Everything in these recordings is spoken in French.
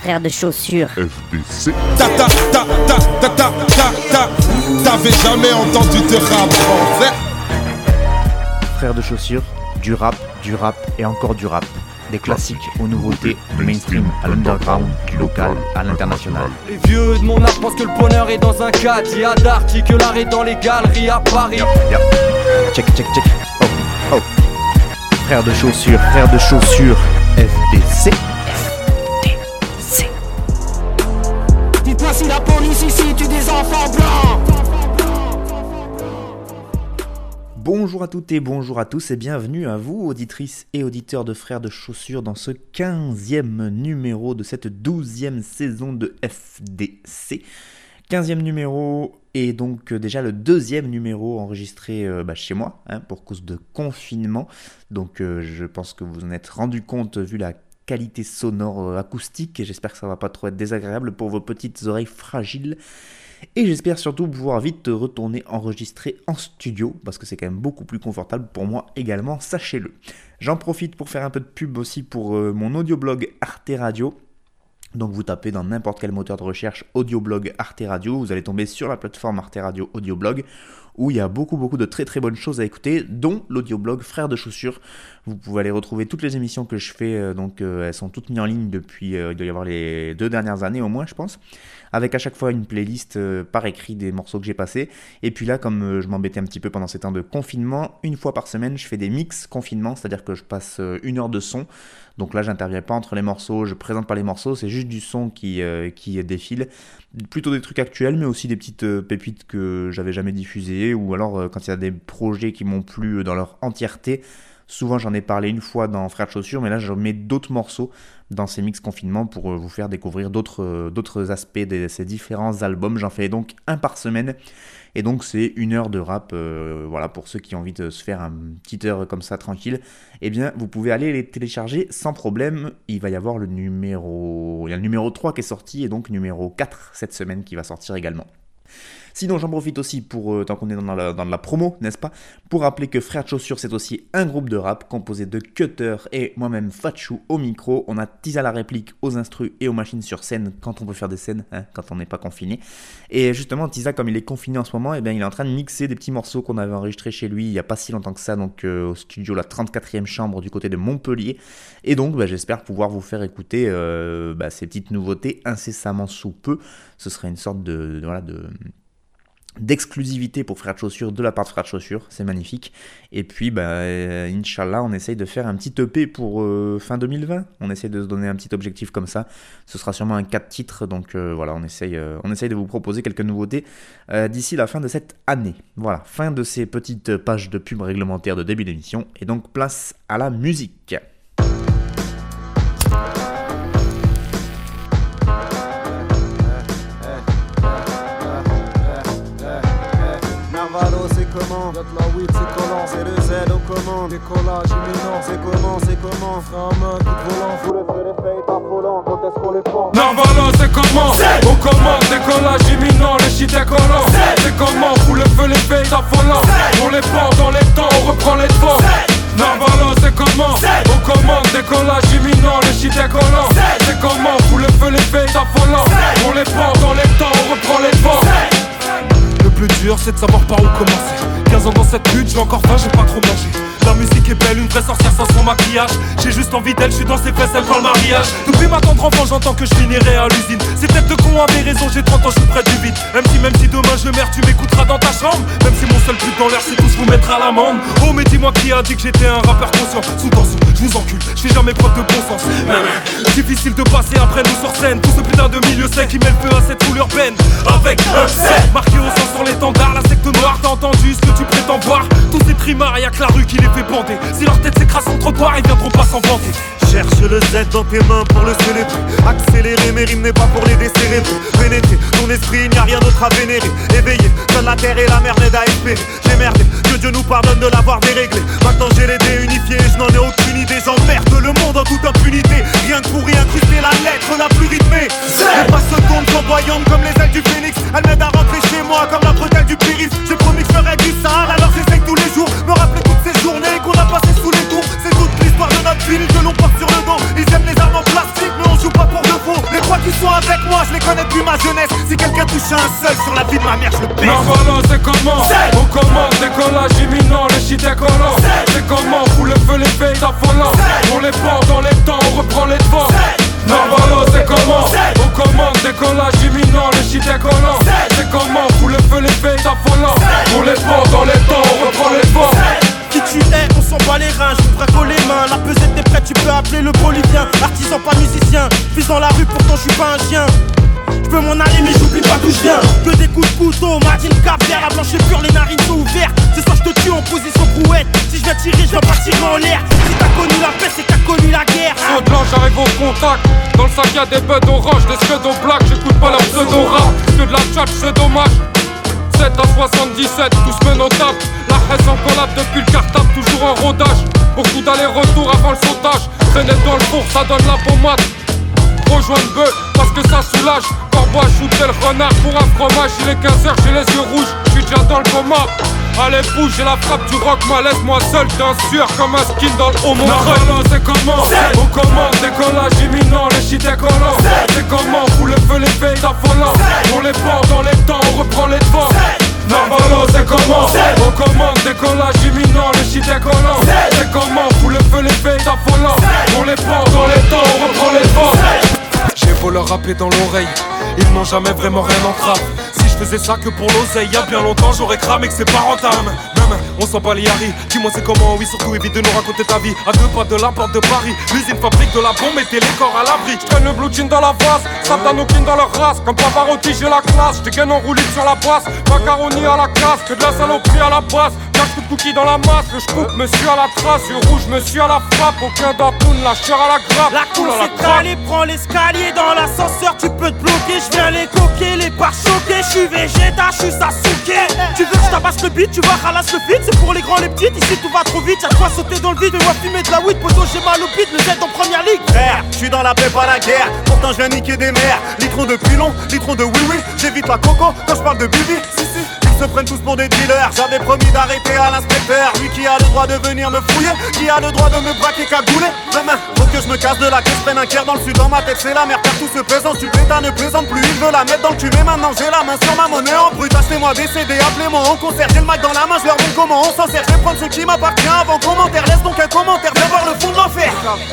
frère de chaussures. FDC. T'avais jamais entendu de rap français? Frère de chaussures, du rap et encore du rap. Des classiques aux nouveautés, du mainstream à l'underground, du local à l'international. Les vieux de mon âge pensent que le bonheur est dans un cadre. Il y a d'arty que l'art est dans les galeries à Paris. Check. Oh. Frère de chaussures, FDC. Dites-moi si la police ici tue des enfants blancs. Bonjour à toutes et bonjour à tous et bienvenue à vous, auditrices et auditeurs de Frères de Chaussures, dans ce 15e numéro de cette 12e saison de FDC. 15e numéro et donc déjà le 2e numéro enregistré chez moi, pour cause de confinement. Donc je pense que vous en êtes rendu compte vu la qualité sonore acoustique et j'espère que ça va pas trop être désagréable pour vos petites oreilles fragiles. Et j'espère surtout pouvoir vite retourner enregistrer en studio, parce que c'est quand même beaucoup plus confortable pour moi également, sachez-le. J'en profite pour faire un peu de pub aussi pour mon audioblog Arte Radio. Donc vous tapez dans n'importe quel moteur de recherche audioblog Arte Radio, vous allez tomber sur la plateforme Arte Radio Audioblog, où il y a beaucoup de très bonnes choses à écouter, dont l'audioblog Frères de Chaussures. Vous pouvez aller retrouver toutes les émissions que je fais, elles sont toutes mises en ligne depuis, il doit y avoir les 2 dernières années au moins je pense, avec à chaque fois une playlist par écrit des morceaux que j'ai passés. Et puis là, comme je m'embêtais un petit peu pendant ces temps de confinement, une fois par semaine, je fais des mix confinement, c'est-à-dire que je passe 1 heure de son. Donc là, j'interviens pas entre les morceaux, je présente pas les morceaux, c'est juste du son qui défile. Plutôt des trucs actuels, mais aussi des petites pépites que j'avais jamais diffusées, ou alors quand il y a des projets qui m'ont plu dans leur entièreté. Souvent, j'en ai parlé une fois dans Frères de Chaussures, mais là, je mets d'autres morceaux dans ces mix confinement pour vous faire découvrir d'autres aspects de ces différents albums. J'en fais donc un par semaine, et donc c'est 1 heure de rap. Voilà, pour ceux qui ont envie de se faire une petite heure comme ça tranquille, eh bien, vous pouvez aller les télécharger sans problème. Il va y avoir le numéro 3 qui est sorti, et donc numéro 4 cette semaine qui va sortir également. Sinon, j'en profite aussi pour, tant qu'on est dans la promo, n'est-ce pas, pour rappeler que Frères de Chaussures, c'est aussi un groupe de rap composé de Cutter et moi-même Fatchou au micro. On a Tisa la réplique aux instrus et aux machines sur scène quand on peut faire des scènes, quand on n'est pas confiné. Et justement, Tisa, comme il est confiné en ce moment, il est en train de mixer des petits morceaux qu'on avait enregistrés chez lui il n'y a pas si longtemps que ça, donc au studio la 34e chambre du côté de Montpellier. Et donc, j'espère pouvoir vous faire écouter ces petites nouveautés incessamment sous peu. Ce serait une sorte d'exclusivité pour Frères de Chaussures de la part de Frères de Chaussures, c'est magnifique. Et puis Inch'Allah, on essaye de faire un petit EP pour fin 2020, on essaye de se donner un petit objectif comme ça. Ce sera sûrement un 4 titres, donc on essaye de vous proposer quelques nouveautés d'ici la fin de cette année. Voilà, fin de ces petites pages de pub réglementaires de début d'émission, et donc place à la musique. Comment, y'a de la weed, c'est collant, c'est le Z aux commandes, décollage imminent, c'est comment, c'est un main, coup de volant, faut les feuilles affolants, quand est-ce qu'on les prend? Narvalo, c'est comment? On commande, décollage imminent, le shit est collant. C'est comment? Fout le feu, les feuilles affolants. On les prend dans les temps, on reprend les devants. Narvalo, c'est comment? On commande, décollage imminent, le shit est collant. C'est comment? Fout le feu, les feuilles affolants. On les prend dans les temps, on reprend les devants. Le plus dur c'est de savoir par où commencer. 15 ans dans cette lutte, j'ai encore faim, j'ai pas trop mangé. La musique est belle, une vraie sorcière sans son maquillage. J'ai juste envie d'elle, je suis dans ses fesses, elle prend le mariage. Depuis ma tendre enfant, j'entends que je finirai à l'usine. Ces têtes de con avaient raison, j'ai 30 ans, je suis près du vide. Même si demain je meurs, tu m'écouteras dans ta chambre. Même si mon seul but dans l'air, c'est tous vous mettre à l'amende. Oh mais dis-moi qui a dit que j'étais un rappeur conscient. Sous tension, je vous encule, je fais jamais preuve de bon sens. Difficile de passer après nous sur scène. Tout ce putain de milieu sec qui met le feu à cette foule urbaine. Avec un set marqué au sang sur l'étendard, la secte noire, t'as entendu ce que tu prétends voir. Tous ces trimards, y'a que la rue qui les fait bander. Si leur tête s'écrase sur le trottoir, ils viendront pas s'en vanter. Cherche le Z dans tes mains pour le célébrer. Accélérer mes rimes n'est pas pour les décélébrer. Pénétrer ton esprit, il n'y a rien d'autre à vénérer. Éveillé, seule la terre et la mer n'aident à espérer. J'ai merdé, que Dieu nous pardonne de l'avoir déréglé. Maintenant j'ai les dés unifiés, je n'en ai aucune idée. J'emmerde le monde en toute impunité. Rien que pour y incruster la lettre la plus rythmée. Les passes tournent flamboyantes comme les ailes du phénix. Elles m'aident à rentrer chez moi comme la bretelle du périph'. J'ai promis que je ferais du sale, alors j'essaye tous les jours. Me rappeler toutes ces journées qu'on a passées sous les tours. C'est toute l'histoire de notre ville que l'on porte sur le dos. Ils aiment les armes en plastique mais on joue pas pour de faux. Les poids la vie de ma mère, je le baisse. Non voilà c'est comment, on commande, décollage imminent, le shit est collant. C'est comment, pour le feu l'effet est affolant. On les porte dans les temps, on reprend les devants. Non voilà c'est comment, on commande, décollage imminent, le shit est collant. C'est comment, pour le feu l'effet est affolant. On les porte dans les temps, on reprend les devants. Qui tu es, on s'en bat les reins, je vous braque les mains. La pesette est prête, tu peux appeler le bolivien. Artisan pas musicien, vis dans la rue, pourtant je suis pas un chien. Je peux m'en aller mais j'oublie pas d'où je viens. Que des coups de couteau, Martine Cap, la blanche est pure, les narines sont ouvertes. Ce soir je te tue en position brouette. Si je viens tirer, je viens pas tirer en l'air. Si t'as connu la paix, c'est que t'as connu la guerre. Saut de l'ange, j'arrive au contact. Dans le sac y'a des buds orange, des scuds black. J'écoute pas leur pseudo-rap, que de la tchatch c'est dommage. 7 à 77, tous menotables. La haisse en collab depuis le cartable, toujours en rodage. Beaucoup d'allers-retours avant le sautage. Traîner dans le four, ça donne la pommade. Rejoindre bœuf, parce que ça soulage. Corbeau à shooter le renard pour un fromage. Il est 15h, j'ai les yeux rouges, j'suis déjà dans le coma. Allez bouge, j'ai la frappe du rock, moi laisse-moi seul. T'es en sueur comme un skin dans le haut mon creux. Non, c'est comment, on commande, décollage imminent, le shit est collant. C'est comment, pour le feu l'effet est affolant. On les porte dans les temps, on reprend les devants. Non voilà c'est comment, on commande, décollage imminent, le shit est collant. C'est comment, pour le feu l'effet est affolant. On les porte dans les temps, on reprend les devants. J'ai beau leur rapper dans l'oreille, ils n'ont jamais vraiment rien en trappe. Si je faisais ça que pour l'oseille, y'a bien longtemps j'aurais cramé que c'est pas rentable. On s'en bat les haris, dis-moi c'est comment, oui surtout évite de nous raconter ta vie. À 2 pas de la porte de Paris, l'usine fabrique de la bombe, mettez les corps à l'abri. J'traîne le blue jean dans la vase, Satanokin dans leur race. Comme Pavarotti j'ai la classe, j'dégaine en roulis sur la passe. Macaroni à la casse, que de la saloperie à la base. Cache coup de cookies dans la masse, le j'coupe monsieur à la trace. Yeux rouge monsieur à la frappe, aucun d'Antoun, la chair à la grappe. La course est allée, prends l'escalier dans l'ascenseur, tu peux te bloquer. Je viens les coquer, les pare choquer. Je suis végéta, je suis Sasuke. Tu veux que je tabasse le beat, tu vas ralasse le feed. C'est pour les grands, les petites, ici tout va trop vite. Y'a quoi sauter dans le vide, et moi fumer de la weed. Poto j'ai mal au beat, le Z en première ligue. Frère, je suis dans la paix, pas la guerre. Pourtant je viens niquer des mers. Litron de pilon, litron de oui-oui. J'évite la coco quand je parle de bibi. Si. Ils se prennent tous pour des dealers. J'avais promis d'arrêter à l'inspecteur. Lui qui a le droit de venir me fouiller, qui a le droit de me braquer cagouler. Demain, faut que je me casse de la queue, je prenne un cœur dans le sud. Dans ma tête c'est la merde car tout se présente. Tu pétas ne plaisante plus, il veut la mettre dans le cul. Mais maintenant j'ai la main sur ma monnaie en brut. Achetez-moi des CD, appelez-moi en concert. J'ai le mic dans la main, je leur montre comment on s'en sert. Je vais prendre ce qui m'appartient avant commentaire. Laisse donc un commentaire, viens voir le fond de l'enfer.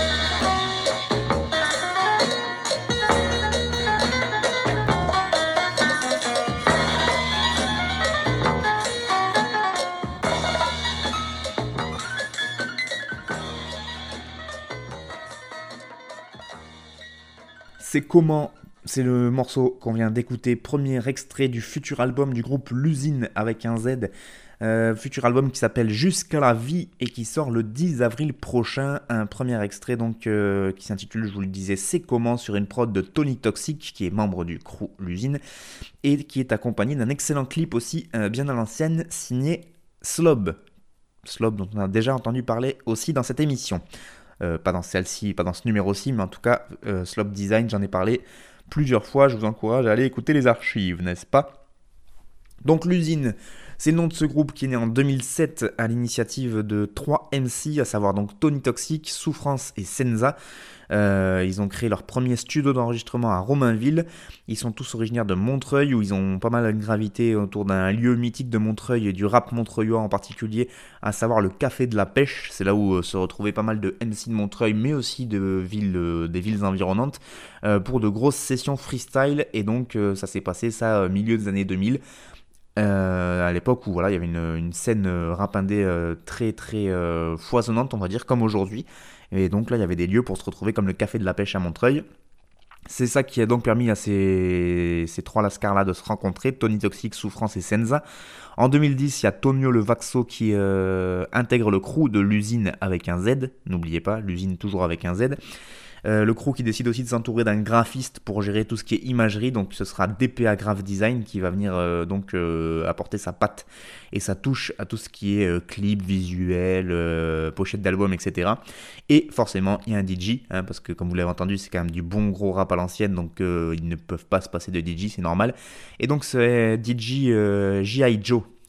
C'est comment, c'est le morceau qu'on vient d'écouter, premier extrait du futur album du groupe L'Usine avec un Z, futur album qui s'appelle Jusqu'à la vie et qui sort le 10 avril prochain, un premier extrait donc qui s'intitule, je vous le disais, C'est comment, sur une prod de Tony Toxic qui est membre du crew L'Usine et qui est accompagné d'un excellent clip aussi bien à l'ancienne signé Slob dont on a déjà entendu parler aussi dans cette émission. Pas dans celle-ci, pas dans ce numéro-ci, mais en tout cas, Slob Design, j'en ai parlé plusieurs fois. Je vous encourage à aller écouter les archives, n'est-ce pas ? Donc L'Usine, c'est le nom de ce groupe qui est né en 2007 à l'initiative de 3 MC, à savoir donc Tony Toxic, Souffrance et Senza. Ils ont créé leur premier studio d'enregistrement à Romainville. Ils sont tous originaires de Montreuil, où ils ont pas mal gravité autour d'un lieu mythique de Montreuil et du rap montreuillois en particulier, à savoir le Café de la Pêche. C'est là où se retrouvaient pas mal de MC de Montreuil, mais aussi des villes environnantes, pour de grosses sessions freestyle. Et donc ça s'est passé milieu des années 2000. À l'époque où voilà, il y avait une scène rap indé très très foisonnante, on va dire, comme aujourd'hui. Et donc là, il y avait des lieux pour se retrouver comme le Café de la Pêche à Montreuil. C'est ça qui a donc permis à ces trois lascars-là de se rencontrer, Tony Toxic, Souffrance et Senza. En 2010, il y a Tonio le Vaxo qui intègre le crew de L'Usine avec un Z. N'oubliez pas, L'Usine toujours avec un Z. Le crew qui décide aussi de s'entourer d'un graphiste pour gérer tout ce qui est imagerie, donc ce sera DPA Graph Design qui va venir apporter sa patte et sa touche à tout ce qui est clip, visuel, pochette d'album, etc. Et forcément il y a un DJ, parce que comme vous l'avez entendu c'est quand même du bon gros rap à l'ancienne, donc ils ne peuvent pas se passer de DJ, c'est normal. Et donc c'est DJ G.I. Joe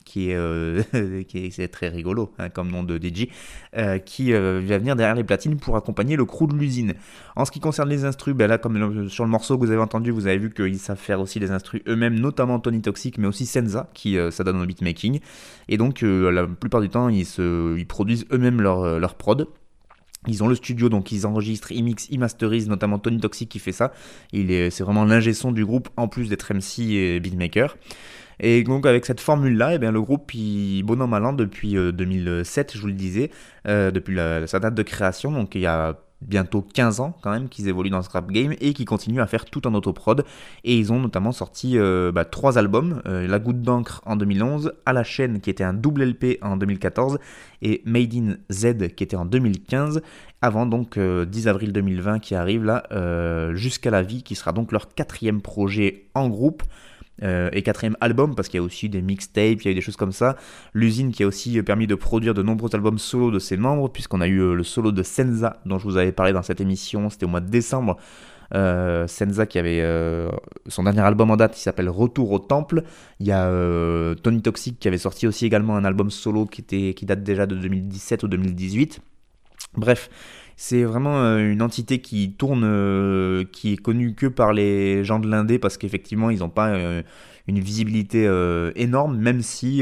c'est très rigolo comme nom de DJ, qui va venir derrière les platines pour accompagner le crew de l'usine. En ce qui concerne les instrus, là comme sur le morceau que vous avez entendu, vous avez vu qu'ils savent faire aussi les instrus eux-mêmes, notamment Tony Toxic, mais aussi Senza qui s'adonne au beatmaking. Et donc la plupart du temps ils produisent eux-mêmes leur prod. Ils ont le studio, donc ils enregistrent, ils mixent, ils masterisent, notamment Tony Toxic qui fait ça. C'est vraiment l'ingé son du groupe, en plus d'être MC et beatmaker. Et donc avec cette formule-là, le groupe, bon an mal an, depuis 2007, je vous le disais, depuis sa date de création, donc il y a bientôt 15 ans quand même qu'ils évoluent dans ce rap game et qui continuent à faire tout en autoprod. Et ils ont notamment sorti 3 albums, La Goutte d'encre en 2011, À la chaîne qui était un double LP en 2014 et Made in Z qui était en 2015, avant donc 10 avril 2020 qui arrive là, Jusqu'à la vie qui sera donc leur 4e projet en groupe. Et 4e album, parce qu'il y a aussi des mixtapes, il y a eu des choses comme ça. L'usine qui a aussi permis de produire de nombreux albums solo de ses membres, puisqu'on a eu le solo de Senza dont je vous avais parlé dans cette émission, c'était au mois de décembre. Senza qui avait son dernier album en date qui s'appelle Retour au Temple. Il y a Tony Toxic qui avait sorti aussi également un album solo qui date déjà de 2017 ou 2018. Bref, c'est vraiment une entité qui tourne, qui est connue que par les gens de l'indé, parce qu'effectivement ils n'ont pas une visibilité énorme, même si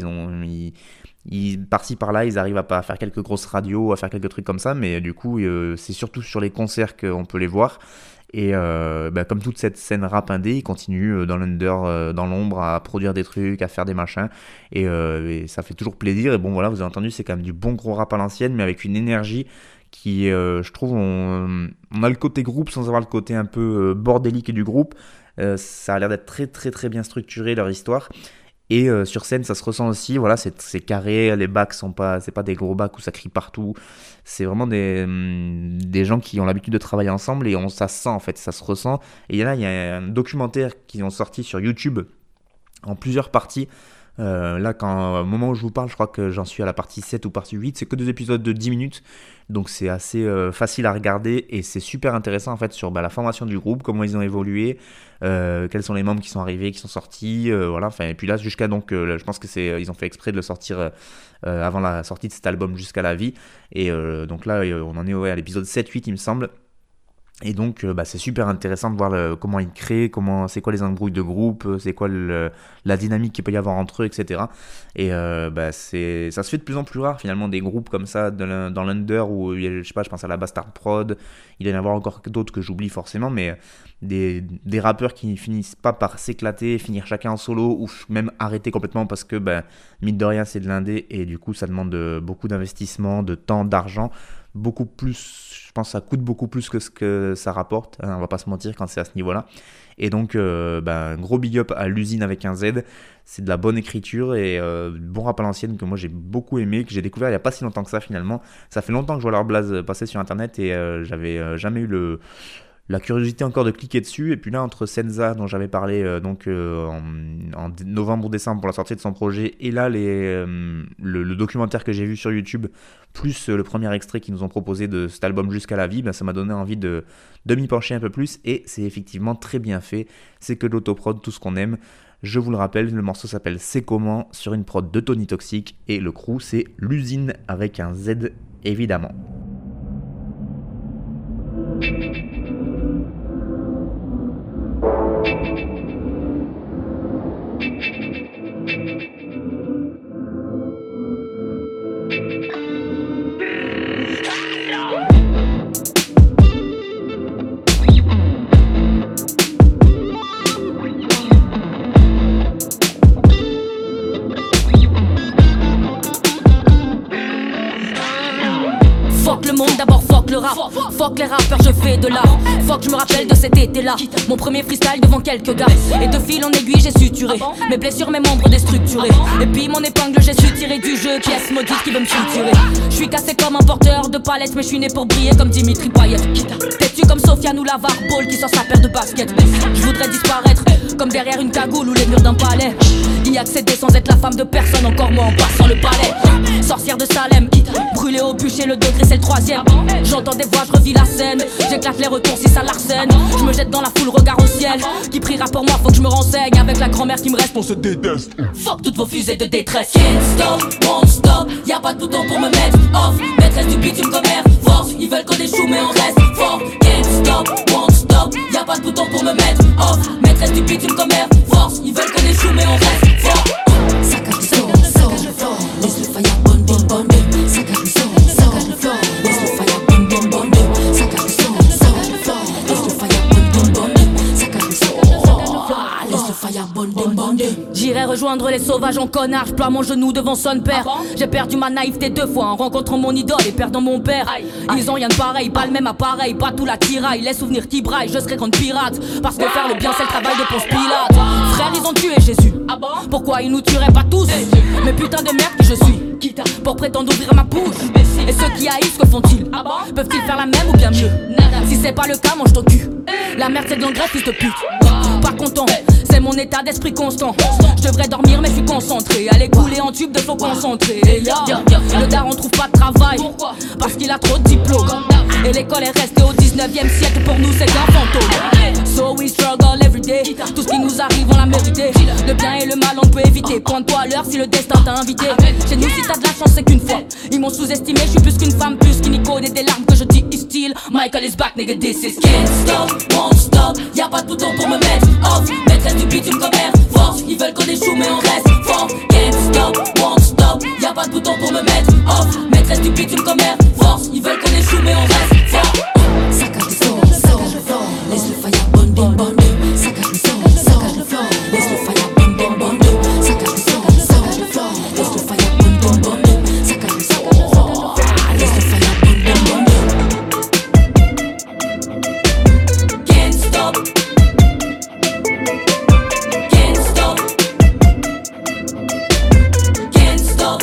par-ci par-là ils arrivent à faire quelques grosses radios, à faire quelques trucs comme ça, mais du coup c'est surtout sur les concerts qu'on peut les voir. Et comme toute cette scène rap indé, ils continuent dans l'under, dans l'ombre, à produire des trucs, à faire des machins, et ça fait toujours plaisir. Et bon voilà, vous avez entendu, c'est quand même du bon gros rap à l'ancienne, mais avec une énergie qui, je trouve, on a le côté groupe sans avoir le côté un peu bordélique du groupe. Ça a l'air d'être très très très bien structuré, leur histoire. Et sur scène, ça se ressent aussi. Voilà, c'est carré, les bacs c'est pas des gros bacs où ça crie partout. C'est vraiment des gens qui ont l'habitude de travailler ensemble, et ça se sent en fait, ça se ressent. Et là, il y a un documentaire qu'ils ont sorti sur YouTube en plusieurs parties. Là, au moment où je vous parle, je crois que j'en suis à la partie 7 ou partie 8, c'est que 2 épisodes de 10 minutes, donc c'est assez facile à regarder, et c'est super intéressant en fait sur la formation du groupe, comment ils ont évolué, quels sont les membres qui sont arrivés, qui sont sortis, voilà, et puis là jusqu'à donc, je pense que ils ont fait exprès de le sortir avant la sortie de cet album Jusqu'à la vie, et donc là on en est à l'épisode 7-8 il me semble. Et donc c'est super intéressant de voir comment ils créent, c'est quoi les embrouilles de groupe, c'est quoi la dynamique qu'il peut y avoir entre eux, etc. Et ça se fait de plus en plus rare finalement, des groupes comme ça dans l'under, où je sais pas, je pense à la Bastard Prod, il doit y en avoir encore d'autres que j'oublie forcément, mais des rappeurs qui finissent pas par s'éclater, finir chacun en solo, ou même arrêter complètement parce que mine de rien c'est de l'indé, et du coup ça demande beaucoup d'investissement, de temps, d'argent, beaucoup plus, je pense que ça coûte beaucoup plus que ce que ça rapporte, on va pas se mentir quand c'est à ce niveau là. Et donc un gros big up à l'usine avec un Z, c'est de la bonne écriture et bon rap à l'ancienne que moi j'ai beaucoup aimé, que j'ai découvert il y a pas si longtemps que ça finalement. Ça fait longtemps que je vois leur blaze passer sur internet, et j'avais jamais eu la curiosité encore de cliquer dessus. Et puis là, entre Senza dont j'avais parlé en novembre ou décembre pour la sortie de son projet, et là le documentaire que j'ai vu sur YouTube, plus le premier extrait qu'ils nous ont proposé de cet album Jusqu'à la vie, ça m'a donné envie de m'y pencher un peu plus, et c'est effectivement très bien fait. C'est que de l'autoprod, tout ce qu'on aime. Je vous le rappelle, le morceau s'appelle C'est comment, sur une prod de Tony Toxic, et le crew c'est l'usine avec un Z évidemment. Fuck le monde, d'abord fuck le rap. Fuck les rappeurs, je fais de l'art. Fuck, je me rappelle de cet été-là. Mon premier freestyle devant quelques gars. Et de fil en aiguille, j'ai suturé mes blessures, mes membres déstructurés. Et puis mon épingle, j'ai su tirer du jeu. Pièce maudite qui veut me suturer. Je suis cassé comme un porteur de palette, mais je suis né pour briller comme Dimitri Payet. Têtu comme Sofiane ou Lavar Ball qui sort sa paire de baskets. Je voudrais disparaître comme derrière une cagoule ou les murs d'un palais. Il n'y y accéder sans être la femme de personne, encore moins en passant le balai. Sorcière de Salem, brûlée au bûcher, le degré c'est le 3ème. J'entends des voix, je revis la scène. J'éclate les retours si ça l'arsène. Je me jette dans la foule, regard au ciel. Qui priera pour moi, faut que je me renseigne. Avec la grand-mère qui me reste, on se déteste. Fuck toutes vos fusées de détresse. Can't stop, won't stop, y'a pas de bouton pour me mettre off. Maîtresse du bitume comme Air Force. Ils veulent qu'on échoue mais on reste fort. Can't stop, won't stop, y'a pas de bouton pour me mettre off. Maîtresse du bitume comme Air Force. Ils veulent qu'on échoue mais on reste fort. Saccage le son, saccage le floor. Laisse le fire bonne, bonne, bonne. Saccage le son, saccage le floor. Laisse le fire bonne, bonne, bonne. Saccage le son, saccage le floor. Laisse le fire bonne, bonne, bonne. Saccage le son, laisse le fire bonne, bonne, bonne. J'irai rejoindre les sauvages en connard. Je ploie mon genou devant son père. J'ai perdu ma naïveté 2 fois en rencontrant mon idole et perdant mon père. Ils ont rien de pareil, pas le même appareil, pas tout la tiraille. Les souvenirs qui braillent, je serai grande pirate. Parce que faire le bien c'est le travail de Ponce Pilate. Frère, ils ont tué Jésus. Pourquoi ils nous tueraient pas tous? Mais putain de merde que je suis pour prétendre ouvrir ma bouche. Et ceux qui haïssent, que font-ils? Peuvent-ils faire la même ou bien mieux? Si c'est pas le cas, mange ton cul. La merde c'est de l'engrais, fils de pute. Pas content, c'est mon état d'esprit constant. Je devrais dormir mais je suis concentré. Aller couler en tube de flow concentré. Le daron trouve pas de travail parce qu'il a trop de diplômes. Et l'école est restée au 19e siècle. Pour nous c'est qu'un fantôme. So we struggle every day. Tout ce qui nous arrive on l'a mérité. Le bien et le mal on peut éviter. Pointe-toi à l'heure si le destin t'a invité. Chez nous si t'as de la chance c'est qu'une fois. Ils m'ont sous-estimé, je suis plus qu'une femme. Plus qu'Inico et des larmes que je dis is still. Michael is back nigga, this is can't stop, won't stop. Y'a pas de bouton pour me mettre off. Maîtresse du bitume comme Air Force. Ils veulent qu'on échoue mais on reste fort. Can't stop, won't stop. Y'a pas de bouton pour me mettre off. Maîtresse du bitume comme Air Force. Ils veulent qu'on échoue mais on reste fort. Saccage le son, saccage le floor. Laisse le fire bonne, bonne, bonne. Saccage le son, saccage le floor. Laisse le fire bonne, bonne, bonne. Saccage le son, saccage le floor. Laisse le fire bonne, bonne, bonne. Saccage le son, laisse le fire bonne, bonne, bonne. Can't stop. Can't stop. Can't stop.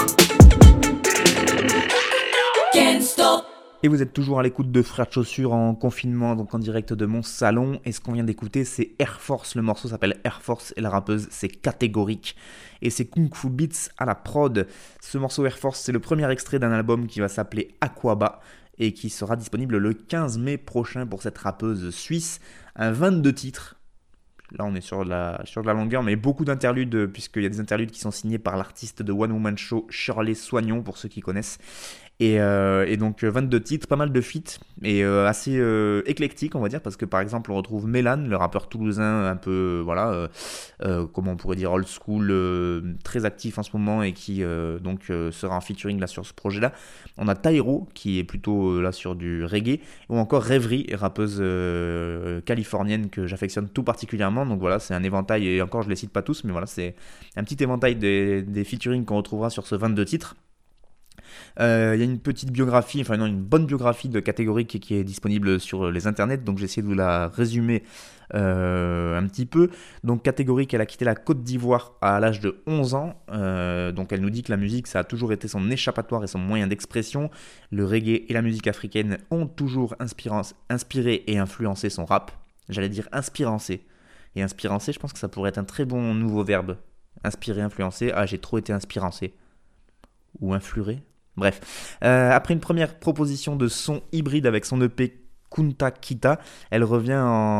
Can't stop. Et vous êtes toujours à l'écoute de Frères de Chaussures en confinement, donc en direct de mon salon. Et ce qu'on vient d'écouter, c'est Air Force. Le morceau s'appelle Air Force et la rappeuse, c'est Catégorique. Et c'est Kung Fu Beats à la prod. Ce morceau Air Force, c'est le premier extrait d'un album qui va s'appeler Aquaba et qui sera disponible le 15 mai prochain pour cette rappeuse suisse. Un 22 titres. Là, on est sur de la longueur, mais beaucoup d'interludes, puisqu'il y a des interludes qui sont signés par l'artiste de One Woman Show, Shirley Soignon, pour ceux qui connaissent. Et donc 22 titres, pas mal de feats, et assez éclectique on va dire, parce que par exemple on retrouve Mélan, le rappeur toulousain un peu, voilà, comment on pourrait dire, old school, très actif en ce moment, et qui sera en featuring là sur ce projet-là. On a Taïro, qui est plutôt là sur du reggae, ou encore Rêverie, rappeuse californienne que j'affectionne tout particulièrement. Donc voilà, c'est un éventail, et encore je les cite pas tous, mais voilà, c'est un petit éventail des featuring qu'on retrouvera sur ce 22 titres. Il y a une petite biographie, une bonne biographie de Catégorique qui est disponible sur les internets, donc j'ai essayé de vous la résumer un petit peu. Donc Catégorique, elle a quitté la Côte d'Ivoire à l'âge de 11 ans, donc elle nous dit que la musique ça a toujours été son échappatoire et son moyen d'expression. Le reggae et la musique africaine ont toujours inspiré et influencé son rap. J'allais dire inspirancé, et inspirancé, je pense que ça pourrait être un très bon nouveau verbe. Inspirer, influencer, j'ai trop été inspirancé. Ou influeré. Bref. Après une première proposition de son hybride avec son EP Kunta Kita, elle revient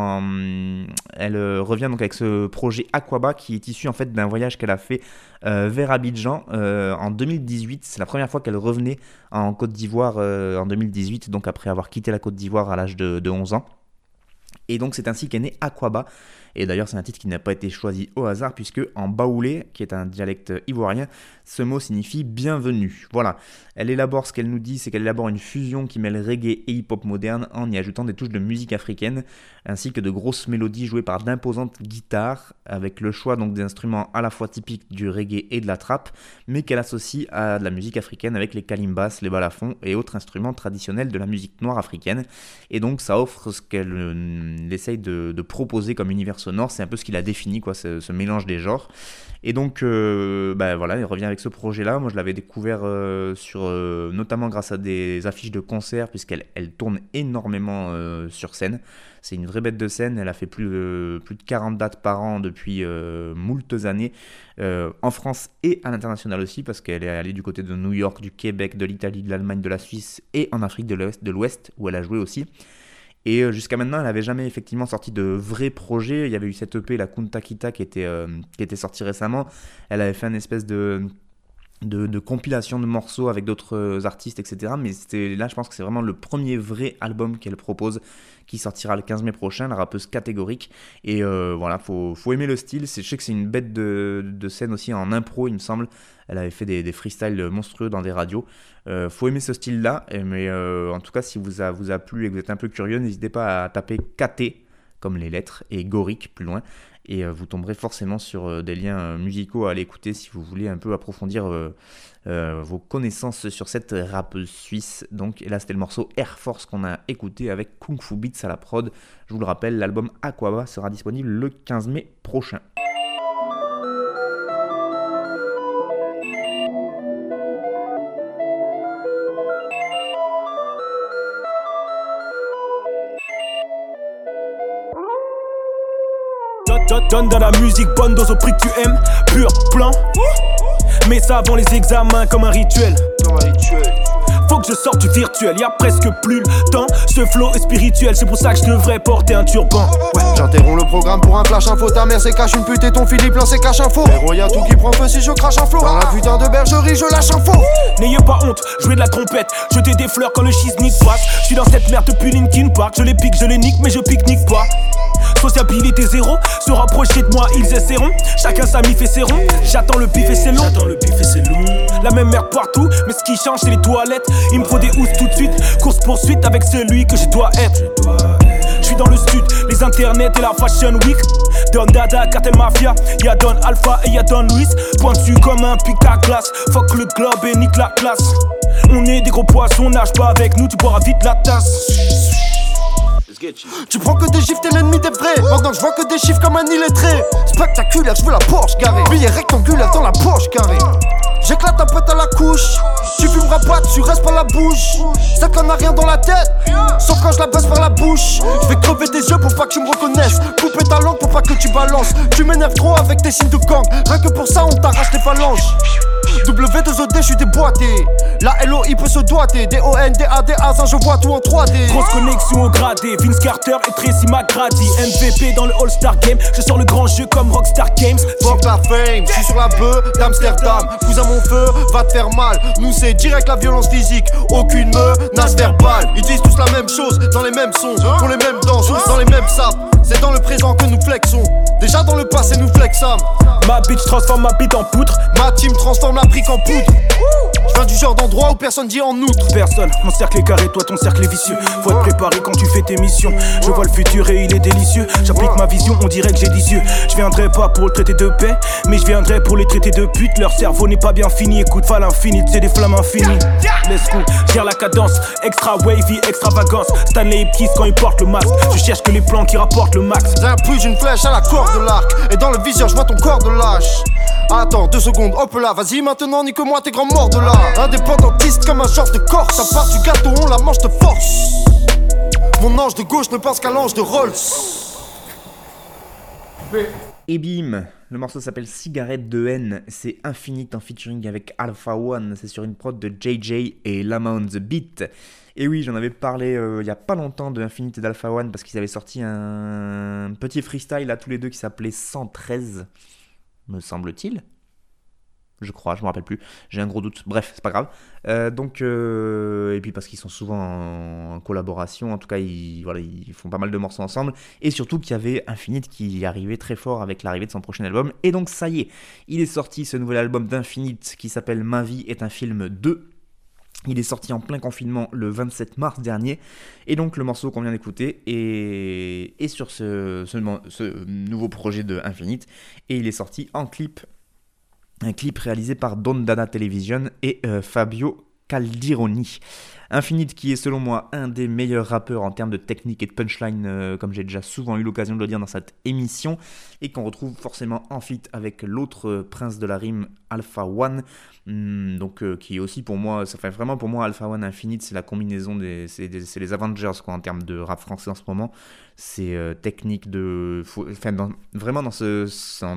donc avec ce projet Aquaba qui est issu en fait d'un voyage qu'elle a fait vers Abidjan en 2018. C'est la première fois qu'elle revenait en Côte d'Ivoire en 2018, donc après avoir quitté la Côte d'Ivoire à l'âge de 11 ans. Et donc c'est ainsi qu'est né Aquaba. Et d'ailleurs c'est un titre qui n'a pas été choisi au hasard, puisque en baoulé, qui est un dialecte ivoirien, ce mot signifie bienvenue. Voilà, elle élabore, ce qu'elle nous dit, c'est qu'elle élabore une fusion qui mêle reggae et hip-hop moderne en y ajoutant des touches de musique africaine, ainsi que de grosses mélodies jouées par d'imposantes guitares, avec le choix donc d'instruments à la fois typiques du reggae et de la trap, mais qu'elle associe à de la musique africaine avec les kalimbas, les balafons et autres instruments traditionnels de la musique noire africaine. Et donc ça offre ce qu'elle il essaye de proposer comme univers sonore. C'est un peu ce qu'il a défini, quoi, ce mélange des genres. Et donc, voilà, il revient avec ce projet-là. Moi, je l'avais découvert notamment grâce à des affiches de concerts, puisqu'elle tourne énormément sur scène. C'est une vraie bête de scène. Elle a fait plus de 40 dates par an depuis moultes années, en France et à l'international aussi, parce qu'elle est allée du côté de New York, du Québec, de l'Italie, de l'Allemagne, de la Suisse et en Afrique de l'Ouest, où elle a joué aussi. Et jusqu'à maintenant, elle n'avait jamais effectivement sorti de vrais projets. Il y avait eu cette EP, la Kunta Kita, qui était sortie récemment. Elle avait fait une espèce de compilation de morceaux avec d'autres artistes, etc. Mais là, je pense que c'est vraiment le premier vrai album qu'elle propose, qui sortira le 15 mai prochain, la rappeuse catégorique. Et voilà, faut aimer le style. Je sais que c'est une bête de scène aussi en impro, il me semble. Elle avait fait des freestyles monstrueux dans des radios. Faut aimer ce style-là. Mais en tout cas, si vous a plu et que vous êtes un peu curieux, n'hésitez pas à taper KT, comme les lettres, et Goric plus loin. Et vous tomberez forcément sur des liens musicaux à aller écouter si vous voulez un peu approfondir vos connaissances sur cette rappeuse suisse. Donc, et là, c'était le morceau Air Force qu'on a écouté avec Kung Fu Beats à la prod. Je vous le rappelle, l'album Aquaba sera disponible le 15 mai prochain. Donne dans la musique, bonne dose au prix que tu aimes. Pur plan, mais ça avant les examens comme un rituel. Faut que je sorte du virtuel, y'a presque plus le temps. Ce flow est spirituel, c'est pour ça que je devrais porter un turban. Ouais, j'interromps le programme pour un flash info. Ta mère c'est cache une pute et ton Philippe lance ses cache info. Héros y'a tout qui prend feu si je crache un flow. Dans la putain de bergerie je lâche un faux. N'ayez pas honte, jouer de la trompette, jeter des fleurs quand le schiznique passe. Je suis dans cette merde depuis Linkin Park. Je les pique, je les nique mais je pique-nique pas. Sociabilité zéro, se rapprocher de moi ils essaieront. Chacun sa mif et ses ronds. J'attends le pif et c'est long. La même merde partout, mais ce qui change c'est les toilettes. Il me faut des housses tout de suite. Course poursuite avec celui que je dois être. Je suis dans le sud, les internets et la fashion week. Don Dada, Cartel Mafia, y'a Don Alpha et y'a Don Luis. Pointu comme un pic à glace. Fuck le globe et nique la classe. On est des gros poissons, nage pas avec nous, tu boiras vite la tasse. Tu prends que des gifs, t'es l'ennemi des vrais. Pendant que je vois que des chiffres comme un illettré. Spectaculaire, je veux la Porsche garée. Billet rectangulaire dans la poche carrée. J'éclate un pote à la couche. Tu fumeras pas, tu restes par la bouche. Ça qu'on a rien dans la tête, sauf quand je la baisse par la bouche. Je vais crever des yeux pour pas que tu me reconnaisses. Couper ta langue pour pas que tu balances. Tu m'énerves trop avec tes signes de gang. Rien que pour ça on t'arrache les phalanges. W2OD, je suis déboîté. La LOI peut se doiter. DONDADA, je vois tout en 3D. Grosse connexion au gradé. Vince Carter et Tracy McGrady. MVP dans le All-Star Game. Je sors le grand jeu comme Rockstar Games. Fuck la fame, je suis sur la bœuf d'Amsterdam. Cousin mon feu, va te faire mal. Nous c'est direct la violence physique. Aucune menace verbale. Ils disent tous la même chose, dans les mêmes sons. Pour les mêmes danses, dans les mêmes sapes. C'est dans le présent que nous flexons. Déjà dans le passé nous flexons. Ma bitch transforme ma bite en poutre. Ma team transforme la brique en poudre. Je viens du genre d'endroit où personne dit en outre. Personne, mon cercle est carré, toi ton cercle est vicieux. Faut être préparé quand tu fais tes missions. Je vois le futur et il est délicieux. J'applique ma vision, on dirait que j'ai 10 yeux. Je viendrai pas pour le traité de paix, mais je viendrai pour les traiter de pute. Leur cerveau n'est pas bien fini, écoute, va l'infini, c'est des flammes infinies. Let's go, gère la cadence, extra wavy, extravagance. Stanley Ipkiss quand il porte le masque. Je cherche que les plans qui rapportent le max. J'ai un plus d'une flèche à la corde de l'arc. Et dans le viseur, je vois ton corps de lâche. Attends 2 secondes, hop là, vas-y maintenant, nique-moi tes grands morts de là. Indépendantiste comme un genre de Corse. Ça part du gâteau, on la mange de force. Mon ange de gauche ne pense qu'à l'ange de Rolls. Et bim, le morceau s'appelle Cigarette de haine, c'est Infinite en featuring avec Alpha One, c'est sur une prod de JJ et Lama on the Beat. Et oui, j'en avais parlé il y a pas longtemps de Infinite et d'Alpha One parce qu'ils avaient sorti un petit freestyle là tous les deux qui s'appelait 113, me semble-t-il. Je crois, je me rappelle plus, j'ai un gros doute, bref, c'est pas grave. Et puis parce qu'ils sont souvent en collaboration, en tout cas ils font pas mal de morceaux ensemble, et surtout qu'il y avait Infinite qui arrivait très fort avec l'arrivée de son prochain album, et donc ça y est, il est sorti ce nouvel album d'Infinite qui s'appelle Ma vie est un film 2. Il est sorti en plein confinement le 27 mars dernier, et donc le morceau qu'on vient d'écouter est sur ce nouveau projet de Infinite, et il est sorti en clip. Un clip réalisé par Don Dada Television et Fabio Caldironi. Infinite qui est selon moi un des meilleurs rappeurs en termes de technique et de punchline, comme j'ai déjà souvent eu l'occasion de le dire dans cette émission, et qu'on retrouve forcément en feat avec l'autre prince de la rime, Alpha One, qui est aussi pour moi, ça fait vraiment pour moi Alpha One Infinite, c'est la combinaison c'est les Avengers quoi, en termes de rap français en ce moment. C'est technique vraiment dans ce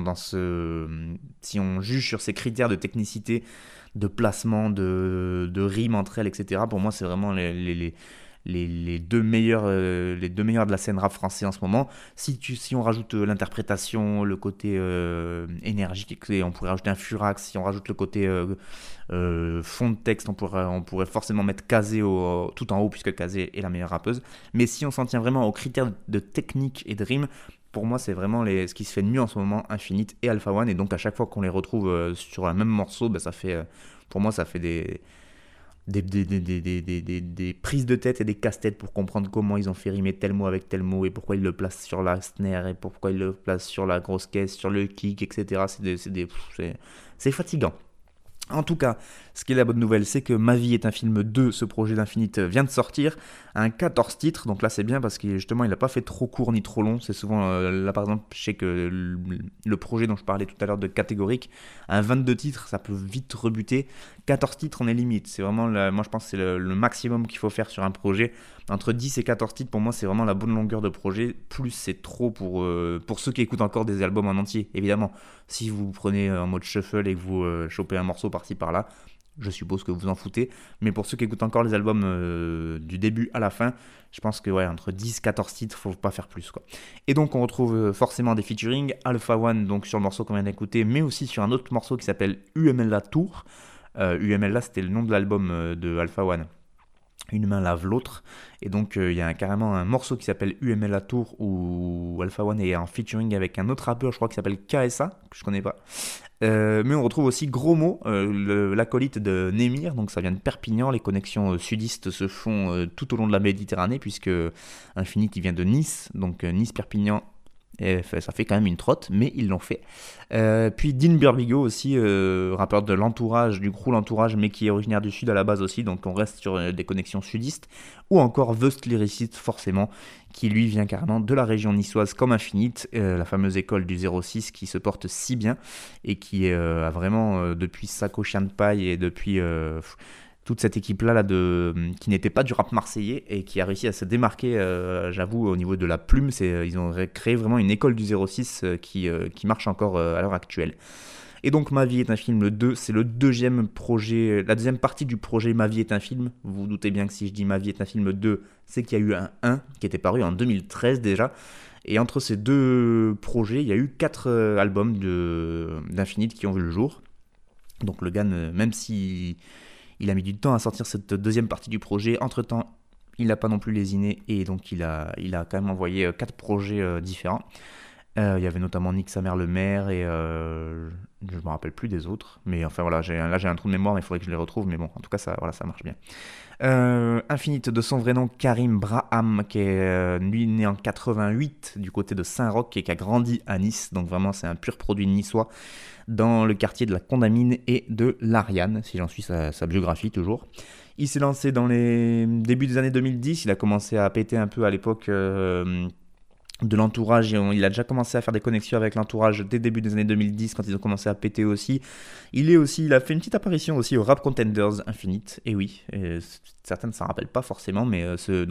si on juge sur ces critères de technicité, de placement, de rimes entre elles, etc. Pour moi, c'est vraiment les deux meilleurs de la scène rap français en ce moment. Si on rajoute l'interprétation, le côté énergique, on pourrait rajouter un Furax. Si on rajoute le côté fond de texte, on pourrait forcément mettre Kazé tout en haut, puisque Kazé est la meilleure rappeuse. Mais si on s'en tient vraiment aux critères de technique et de rime, pour moi, c'est vraiment ce qui se fait de mieux en ce moment, Infinite et Alpha One. Et donc, à chaque fois qu'on les retrouve sur un même morceau, pour moi, ça fait des prises de tête et des casse-têtes pour comprendre comment ils ont fait rimer tel mot avec tel mot et pourquoi ils le placent sur la snare et pourquoi ils le placent sur la grosse caisse, sur le kick, etc. C'est fatigant. En tout cas, ce qui est la bonne nouvelle, c'est que Ma vie est un film 2, ce projet d'Infinite vient de sortir, un 14 titres, donc là c'est bien parce que justement il n'a pas fait trop court ni trop long, c'est souvent, là par exemple je sais que le projet dont je parlais tout à l'heure de Catégorique, un 22 titres ça peut vite rebuter, 14 titres on est limite, c'est vraiment, moi je pense que c'est le maximum qu'il faut faire sur un projet, entre 10 et 14 titres pour moi c'est vraiment la bonne longueur de projet, plus c'est trop pour ceux qui écoutent encore des albums en entier, évidemment, si vous prenez en mode shuffle et que vous chopez un morceau par-ci par-là, je suppose que vous en foutez, mais pour ceux qui écoutent encore les albums du début à la fin, je pense que entre 10 et 14 titres, faut pas faire plus quoi. Et donc on retrouve forcément des featuring, Alpha One donc sur le morceau qu'on vient d'écouter, mais aussi sur un autre morceau qui s'appelle UMLA Tour. UMLA c'était le nom de l'album de Alpha One. Une main lave l'autre, et donc il y a carrément un morceau qui s'appelle UMLA Tour où Alpha One est en featuring avec un autre rappeur, je crois qui s'appelle KSA, que je connais pas. Mais on retrouve aussi Gros Mot, l'acolyte de Némir, donc ça vient de Perpignan, les connexions sudistes se font tout au long de la Méditerranée, puisque Infinite il vient de Nice, donc Nice-Perpignan. Et ça fait quand même une trotte, mais ils l'ont fait. Puis Dean Burbigo aussi, rappeur de l'entourage, du crew l'entourage, mais qui est originaire du sud à la base aussi, donc on reste sur des connexions sudistes. Ou encore Vust Lyriciste, forcément, qui lui vient carrément de la région niçoise comme Infinite, la fameuse école du 06 qui se porte si bien, et qui a vraiment, depuis Sako Chien de Paille et depuis... toute cette équipe-là qui n'était pas du rap marseillais et qui a réussi à se démarquer, j'avoue, au niveau de la plume. Ils ont créé vraiment une école du 06 qui marche encore à l'heure actuelle. Et donc Ma vie est un film, le 2, c'est le deuxième projet, la deuxième partie du projet Ma vie est un film. Vous vous doutez bien que si je dis Ma vie est un film 2, c'est qu'il y a eu un 1 qui était paru en 2013 déjà. Et entre ces deux projets, il y a eu 4 albums d'Infinite qui ont vu le jour. Donc le gars, même si... il a mis du temps à sortir cette deuxième partie du projet. Entre-temps, il n'a pas non plus lésiné et donc il a quand même envoyé 4 projets différents. Il y avait notamment Nick sa mère le maire et je me rappelle plus des autres. Mais enfin voilà, j'ai un trou de mémoire, mais il faudrait que je les retrouve. Mais bon, en tout cas, ça marche bien. Infinite, de son vrai nom, Karim Braham, qui est lui né en 88 du côté de Saint-Roch et qui a grandi à Nice. Donc vraiment, c'est un pur produit niçois dans le quartier de la Condamine et de l'Ariane, si j'en suis sa biographie toujours. Il s'est lancé dans les débuts des années 2010, il a commencé à péter un peu à l'époque de l'entourage, il a déjà commencé à faire des connexions avec l'entourage dès le début des années 2010 quand ils ont commencé à péter aussi. Il a fait une petite apparition aussi au Rap Contenders Infinite, et oui, certains ne s'en rappellent pas forcément, mais c'est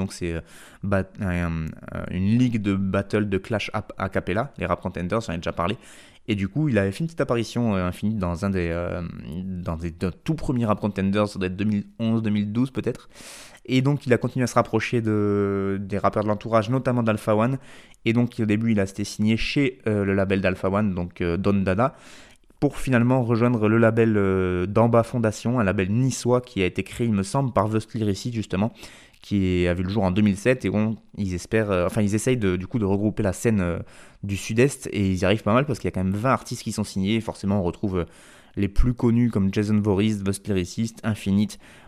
une ligue de battle de clash a cappella, les Rap Contenders, j'en ai déjà parlé. Et du coup, il avait fait une petite apparition Infinite dans un des tout premiers Rap Contenders, ça doit être 2011-2012 peut-être. Et donc, il a continué à se rapprocher des rappeurs de l'entourage, notamment d'Alpha One. Et donc, au début, il a été signé chez le label d'Alpha One, donc Don Dada, pour finalement rejoindre le label d'Amba Fondation, un label niçois qui a été créé, il me semble, par Vust Lyriciste, justement, qui a vu le jour en 2007. Et ils essayent du coup de regrouper la scène du Sud-Est, et ils y arrivent pas mal parce qu'il y a quand même 20 artistes qui sont signés. Et forcément, on retrouve les plus connus comme Jason Voorhees, Vust Lyriciste, Infinite,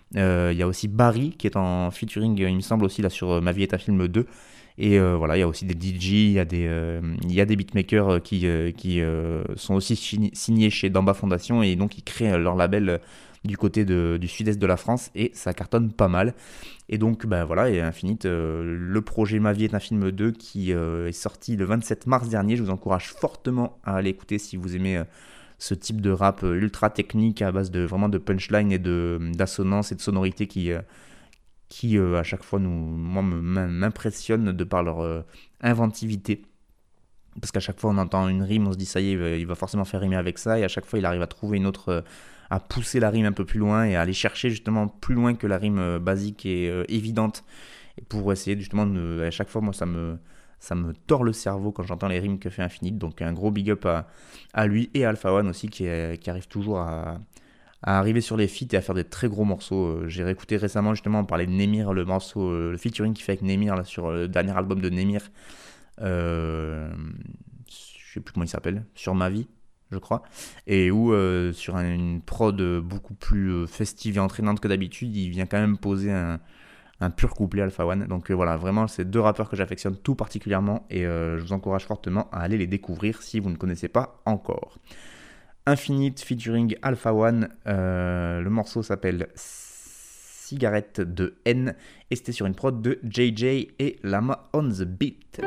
Il y a aussi Barry qui est en featuring, il me semble aussi là sur Ma vie est un film 2. Et voilà, il y a aussi des DJ, il y a des beatmakers qui sont aussi signés chez Damba Fondation et donc ils créent leur label du côté du sud-est de la France et ça cartonne pas mal. Et donc voilà, et Infinite, le projet Ma vie est un film 2 qui est sorti le 27 mars dernier. Je vous encourage fortement à aller écouter si vous aimez ce type de rap ultra technique à base de vraiment de punchline et d'assonance et de sonorité qui à chaque fois m'impressionne de par leur inventivité. Parce qu'à chaque fois on entend une rime, on se dit ça y est, il va forcément faire rimer avec ça, et à chaque fois il arrive à trouver une autre, à pousser la rime un peu plus loin et à aller chercher justement plus loin que la rime basique et évidente, et pour essayer justement à chaque fois moi ça me tord le cerveau quand j'entends les rimes que fait Infinite. Donc un gros big up à lui et à Alpha One aussi qui arrive toujours à arriver sur les feats et à faire des très gros morceaux. J'ai réécouté récemment justement, on parlait de Némir, le morceau, le featuring qu'il fait avec Némir là, sur le dernier album de Némir, je sais plus comment il s'appelle, Sur ma vie je crois, et où sur une prod beaucoup plus festive et entraînante que d'habitude, il vient quand même poser un pur couplet Alpha One. Donc voilà, vraiment c'est deux rappeurs que j'affectionne tout particulièrement et je vous encourage fortement à aller les découvrir si vous ne connaissez pas encore. Infinite featuring Alpha One, le morceau s'appelle Cigarette de N et c'était sur une prod de JJ et Lama on the Beat.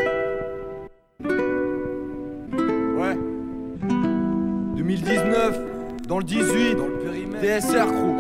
Ouais. 2019, dans le 18, dans le périmètre, DSR crew.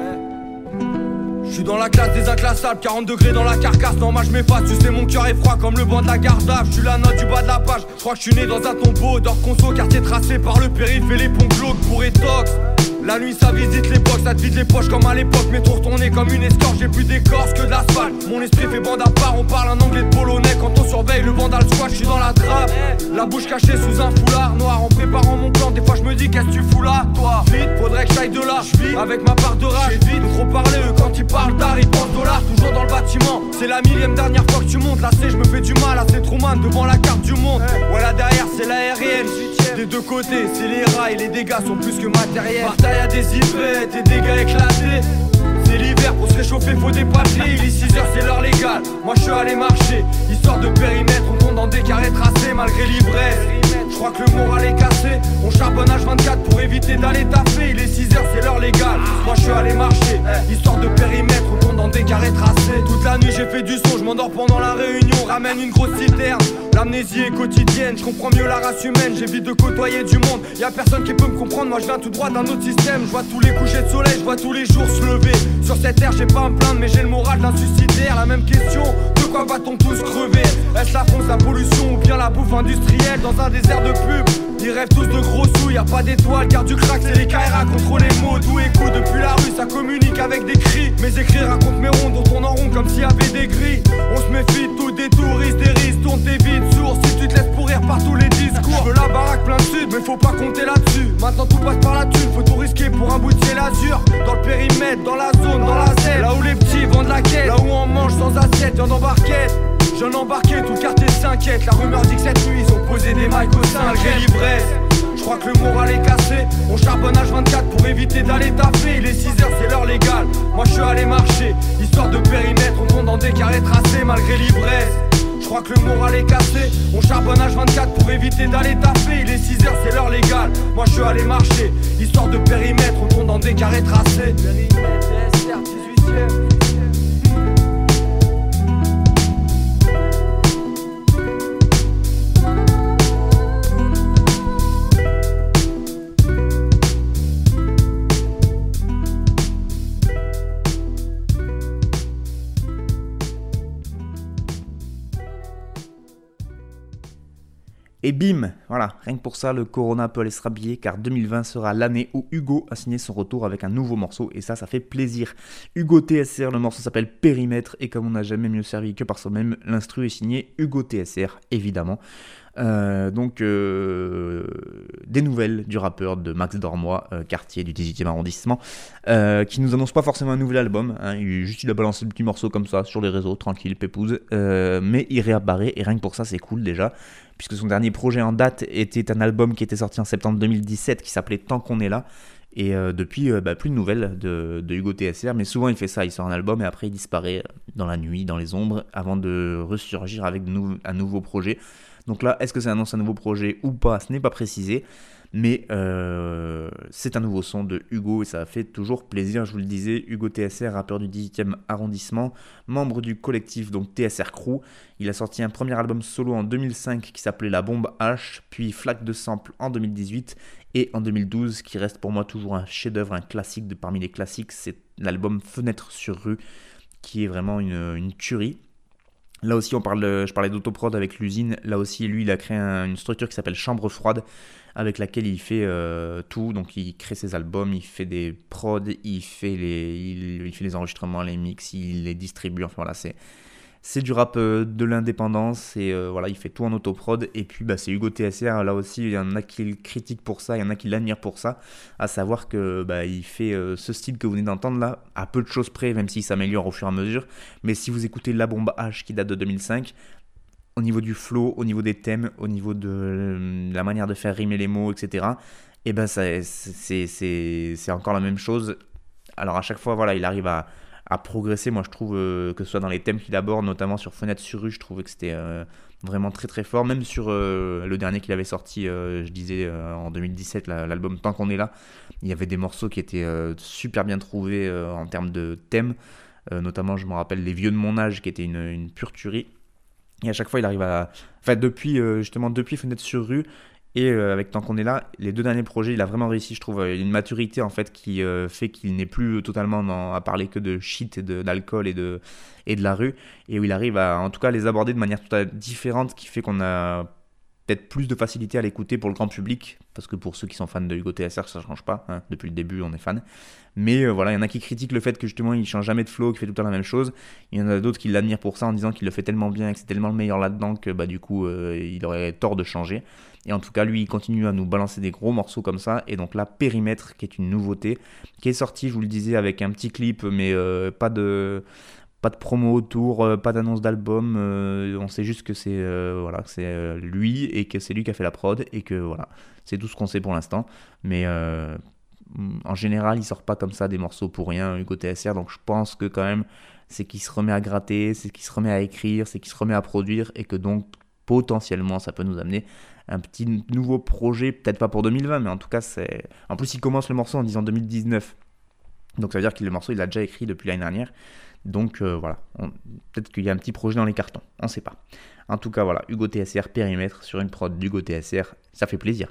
Je suis dans la classe des inclassables, 40 degrés dans la carcasse. Normal je m'efface, tu sais mon cœur est froid comme le banc de la Gardave. Je suis la note du bas de la page, je crois que je suis né dans un tombeau d'or conso, quartier tracé par le périph' et les ponts glauques pour étox. La nuit ça visite les box, ça te vide les poches comme à l'époque. Métro retourné comme une escorte, j'ai plus d'écorce que de l'asphalte. Mon esprit fait bande à part, on parle un anglais de polonais. Quand on surveille le vandal squat, je suis dans la trappe. La bouche cachée sous un foulard noir. En préparant mon plan, des fois je me dis qu'est-ce que tu fous là, toi. Vite, faudrait que j'aille de là, j'vis avec ma part de rage. J'ai vite trop parlé, eux quand ils parlent d'art, ils pensent dollars. Toujours dans le bâtiment, c'est la millième dernière fois que tu montes. Là c'est, je me fais du mal, là c'est Truman devant la carte du monde. Ouais là derrière c'est l'aérienne. Des deux côtés, c'est les rails, les dégâts sont plus que matériels. Bataille à des hypettes et dégâts éclatés. C'est l'hiver, pour se réchauffer faut des papiers. Il est 6h, c'est l'heure légale. Moi je suis allé marcher, histoire de périmètre. On compte dans des carrés tracés malgré l'ivresse. Je crois que le moral est cassé. On charbonne H24 pour éviter d'aller taffer. Il est 6h, c'est l'heure légale. Moi je suis allé marcher, histoire de périmètre. On compte dans des carrés tracés. Toute la nuit j'ai fait du son, je m'endors pendant la réunion. Ramène une grosse citerne. L'amnésie est quotidienne, je comprends mieux la race humaine. J'évite de côtoyer du monde, y'a personne qui peut me comprendre. Moi je viens tout droit d'un autre système. Je vois tous les couchers de soleil, je vois tous les jours se lever. Sur cette terre j'ai pas à me plaindre mais j'ai le moral d'un suicidaire. La même question, de quoi va-t-on tous crever? Est-ce la fonce, la pollution ou bien la bouffe industrielle? Dans un désert de pub, ils rêvent tous de gros sous. Y'a pas d'étoiles, car du crack c'est les KRA contre les mots. D'où écoute depuis la rue, ça communique avec des cris. Mes écrits racontent mes rondes, on tourne en rond comme s'il y avait des grilles. On se méfie de tout, des touristes, des risques, tourne tes vides sourds. Si tu te laisses pourrir par tous les discours. Je veux la baraque plein de sud, mais faut pas compter là-dessus. Maintenant tout passe par la thune, faut tout risquer pour un bout de ciel azur. Dans le périmètre, dans la zone, dans la Z. Là où les petits vendent la quête, là où on mange sans assiette, viande en barquette. J'en embarqué, tout le quartier s'inquiète. La rumeur dit que cette nuit ils ont posé des mics au sein malgré l'ivresse. Je crois que le moral est cassé. On charbonne H24 pour éviter d'aller taffer. Il est 6h, c'est l'heure légale. Moi je suis allé marcher, histoire de périmètre. On compte dans des carrés tracés malgré l'ivresse. Je crois que le moral est cassé. On charbonne H24 pour éviter d'aller taffer. Il est 6h, c'est l'heure légale. Moi je suis allé marcher, histoire de périmètre. On compte dans des carrés tracés. Périmètre, DSR, 18ème. Et bim, voilà, rien que pour ça, le Corona peut aller se rhabiller car 2020 sera l'année où Hugo a signé son retour avec un nouveau morceau et ça fait plaisir. Hugo TSR, le morceau s'appelle Périmètre et comme on n'a jamais mieux servi que par soi-même, l'instru est signé Hugo TSR, évidemment. Donc des nouvelles du rappeur de Max Dormois, quartier du 18e arrondissement, qui nous annonce pas forcément un nouvel album, hein, il a balancé un petit morceau comme ça sur les réseaux, tranquille, pépouze, mais il réapparaît et rien que pour ça c'est cool déjà, puisque son dernier projet en date était un album qui était sorti en septembre 2017 qui s'appelait Tant qu'on est là, Et depuis, plus de nouvelles de Hugo TSR, mais souvent il fait ça, il sort un album et après il disparaît dans la nuit, dans les ombres, avant de ressurgir avec un nouveau projet. Donc là, est-ce que ça annonce un nouveau projet ou pas? Ce n'est pas précisé, mais c'est un nouveau son de Hugo et ça fait toujours plaisir. Je vous le disais, Hugo TSR, rappeur du 18e arrondissement, membre du collectif donc TSR Crew. Il a sorti un premier album solo en 2005 qui s'appelait La Bombe H, puis Flaque de Sample en 2018 et en 2012, qui reste pour moi toujours un chef-d'œuvre, un classique parmi les classiques, c'est l'album Fenêtre sur rue, qui est vraiment une tuerie. Là aussi, je parlais d'autoprod avec l'usine. Là aussi, lui, il a créé une structure qui s'appelle Chambre Froide, avec laquelle il fait tout. Donc, il crée ses albums, il fait des prods, il fait les enregistrements, les mix, il les distribue. Enfin, voilà, c'est du rap de l'indépendance et voilà, il fait tout en autoprod. Et puis c'est Hugo TSR, là aussi il y en a qui le critiquent pour ça, il y en a qui l'admirent pour ça, à savoir que il fait ce style que vous venez d'entendre là, à peu de choses près, même s'il s'améliore au fur et à mesure. Mais si vous écoutez La Bombe H qui date de 2005, au niveau du flow, au niveau des thèmes, au niveau de la manière de faire rimer les mots, etc., et c'est encore la même chose. Alors à chaque fois, voilà, il arrive à progresser. Moi je trouve que ce soit dans les thèmes qu'il aborde, notamment sur Fenêtre sur rue, je trouvais que c'était vraiment très très fort. Même sur le dernier qu'il avait sorti, je disais en 2017, l'album Tant qu'on est là, il y avait des morceaux qui étaient super bien trouvés en termes de thèmes, notamment je me rappelle Les Vieux de mon âge qui était une pure tuerie. Et à chaque fois il arrive depuis Fenêtre sur rue et avec Tant qu'on est là, les 2 derniers projets, il a vraiment réussi, je trouve, une maturité en fait qui fait qu'il n'est plus totalement à parler que de shit et d'alcool et de la rue, et où il arrive à en tout cas les aborder de manière totalement différente, qui fait qu'on a peut-être plus de facilité à l'écouter pour le grand public, parce que pour ceux qui sont fans de Hugo TSR, ça ne change pas, hein, depuis le début on est fan. Mais voilà, il y en a qui critiquent le fait que justement il ne change jamais de flow, qu'il fait tout le temps la même chose. Il y en a d'autres qui l'admirent pour ça en disant qu'il le fait tellement bien et que c'est tellement le meilleur là-dedans que du coup il aurait tort de changer. Et en tout cas, lui, il continue à nous balancer des gros morceaux comme ça. Et donc là, Périmètre, qui est une nouveauté, qui est sortie, je vous le disais, avec un petit clip, mais pas de promo autour, pas d'annonce d'album. On sait juste que c'est lui et que c'est lui qui a fait la prod. Et que voilà, c'est tout ce qu'on sait pour l'instant. Mais en général, il sort pas comme ça des morceaux pour rien, Hugo TSR. Donc je pense que quand même, c'est qu'il se remet à gratter, c'est qu'il se remet à écrire, c'est qu'il se remet à produire. Et que donc, potentiellement, ça peut nous amener un petit nouveau projet, peut-être pas pour 2020, mais en tout cas, en plus, il commence le morceau en disant 2019. Donc ça veut dire que le morceau, il l'a déjà écrit depuis l'année dernière. Donc voilà, peut-être qu'il y a un petit projet dans les cartons, on sait pas. En tout cas, voilà, Hugo TSR, Périmètre, sur une prod d'Hugo TSR, ça fait plaisir.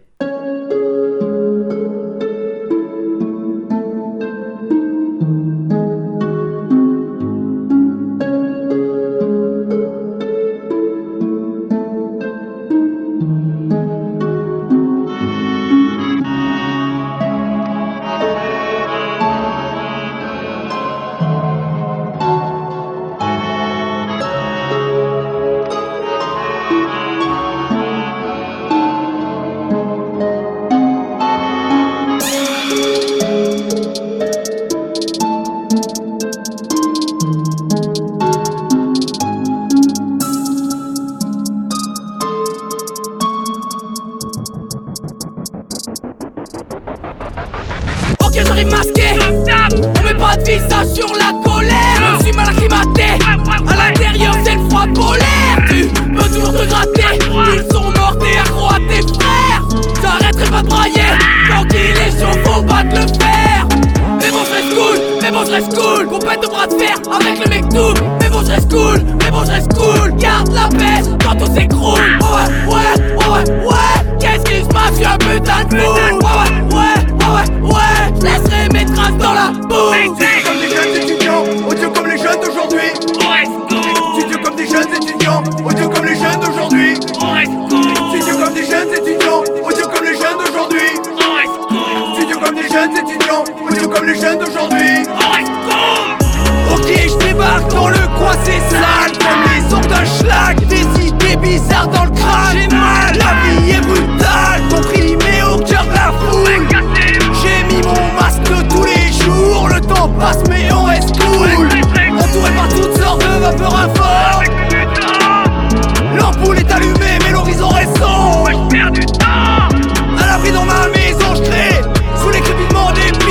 À l'abri dans ma maison, je crée sous les crépitements des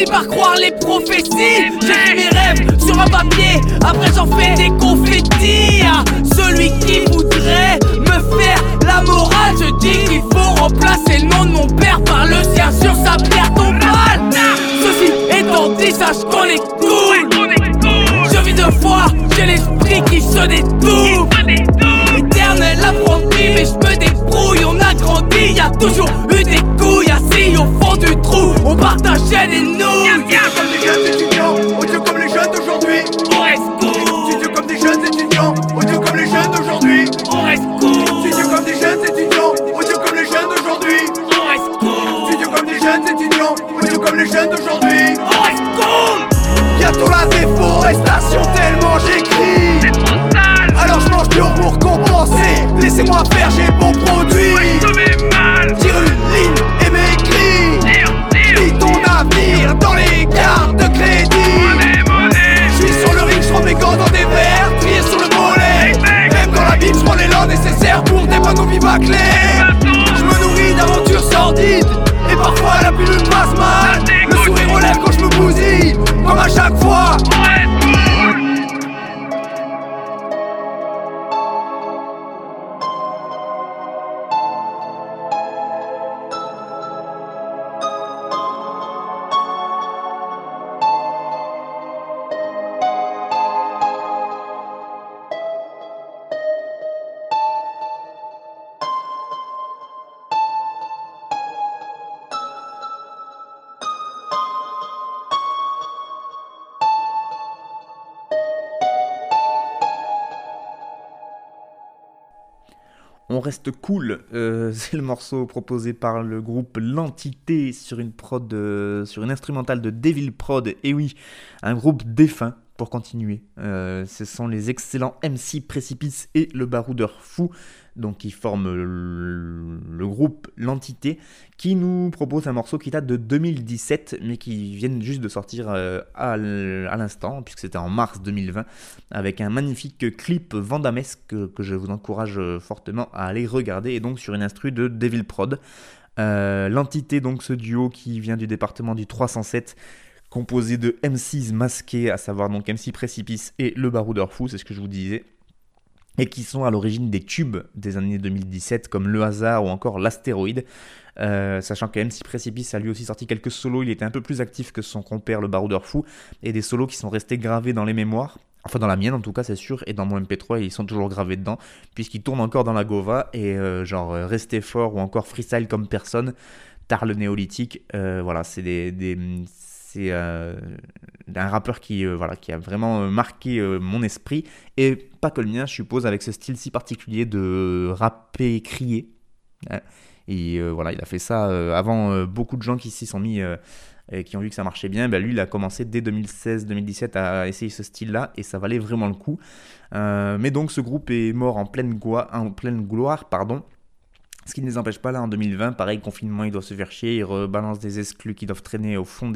finis par croire les prophéties. J'écris mes rêves sur un papier, après j'en fais des confettis. Celui qui voudrait me faire la morale, je dis qu'il faut remplacer le nom de mon père par le sien sur sa pierre tombale. Ceci étant dit, sache qu'on est cool. Je vis 2 fois, j'ai l'esprit qui se détourne. Éternel apprenti, mais je me débrouille. On a grandi, y'a toujours eu des couilles assis au fond du trou. On partageait des nouilles. Comme des jeunes étudiants, audio comme les jeunes d'aujourd'hui. On reste cool. Studio comme des jeunes étudiants, audio comme les jeunes d'aujourd'hui. On reste cool. Studio comme des jeunes étudiants, audio comme les jeunes d'aujourd'hui. On reste cool. Studio comme des jeunes étudiants, audio comme les jeunes d'aujourd'hui. On reste cool. Bientôt la déforestation tellement j'écris. C'est trop sale. Alors je mange bio pour compenser. Laissez-moi faire, j'ai bon produit. Tire une ligne et m'écris. Lis ton avenir dans les cartes de crédit. Je suis sur le ring, je prends mes gants dans des verres, triés sur le volet. Même dans la Bible, je prends l'élan nécessaire pour des magouilles bâclées. Je me nourris d'aventures sordides et parfois la pilule passe mal. Le sourire aux lèvres quand je me bousille, comme à chaque fois. On reste cool, c'est le morceau proposé par le groupe L'Entité sur une sur une instrumentale de Devil Prod, et oui, un groupe défunt pour continuer. Ce sont les excellents MC Précipice et le baroudeur Fou, donc qui forment le groupe L'Entité, qui nous propose un morceau qui date de 2017, mais qui vient juste de sortir à l'instant, puisque c'était en mars 2020, avec un magnifique clip vandamesque que je vous encourage fortement à aller regarder, et donc sur une instru de Devil Prod. L'Entité, donc ce duo qui vient du département du 307, composé de MCs masqués, à savoir donc MC Précipice et le baroudeur Fou, c'est ce que je vous disais, et qui sont à l'origine des tubes des années 2017 comme Le Hasard ou encore L'Astéroïde, sachant que MC Précipice a lui aussi sorti quelques solos. Il était un peu plus actif que son compère le baroudeur Fou, et des solos qui sont restés gravés dans les mémoires, enfin dans la mienne en tout cas c'est sûr, et dans mon MP3 ils sont toujours gravés dedans, puisqu'ils tournent encore dans la Gova, et genre Restez fort ou encore Freestyle comme personne, Tard le néolithique, voilà, c'est c'est un rappeur qui a vraiment marqué mon esprit, et pas que le mien, je suppose, avec ce style si particulier de rapper crier. Et voilà, il a fait ça avant beaucoup de gens qui s'y sont mis, qui ont vu que ça marchait bien. Lui, il a commencé dès 2016-2017 à essayer ce style-là, et ça valait vraiment le coup. Mais donc, ce groupe est mort en pleine gloire, ce qui ne les empêche pas là en 2020, pareil, confinement, ils doivent se faire chier, ils rebalancent des exclus qui doivent traîner au fond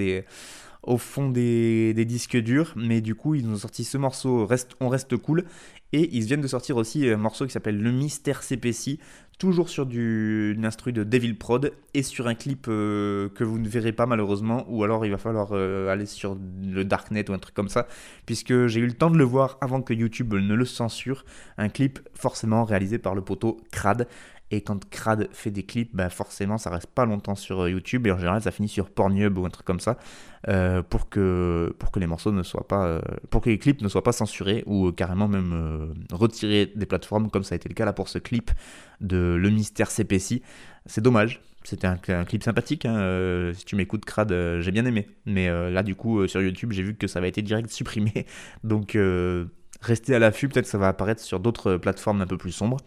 des disques durs, mais du coup ils ont sorti ce morceau On reste cool, et ils viennent de sortir aussi un morceau qui s'appelle Le Mystère CPC, toujours sur une instru de Devil Prod, et sur un clip que vous ne verrez pas malheureusement, ou alors il va falloir aller sur le Darknet ou un truc comme ça, puisque j'ai eu le temps de le voir avant que YouTube ne le censure, un clip forcément réalisé par le poteau Crad. Et quand Crad fait des clips, forcément ça reste pas longtemps sur YouTube, et en général ça finit sur Pornhub ou un truc comme ça, pour que les morceaux ne soient pas, pour que les clips ne soient pas censurés ou carrément même retirés des plateformes, comme ça a été le cas là pour ce clip de Le Mystère CPC. C'est dommage, c'était un clip sympathique, hein, si tu m'écoutes Crad, j'ai bien aimé, mais là du coup sur YouTube j'ai vu que ça avait été direct supprimé, donc restez à l'affût, peut-être que ça va apparaître sur d'autres plateformes un peu plus sombres.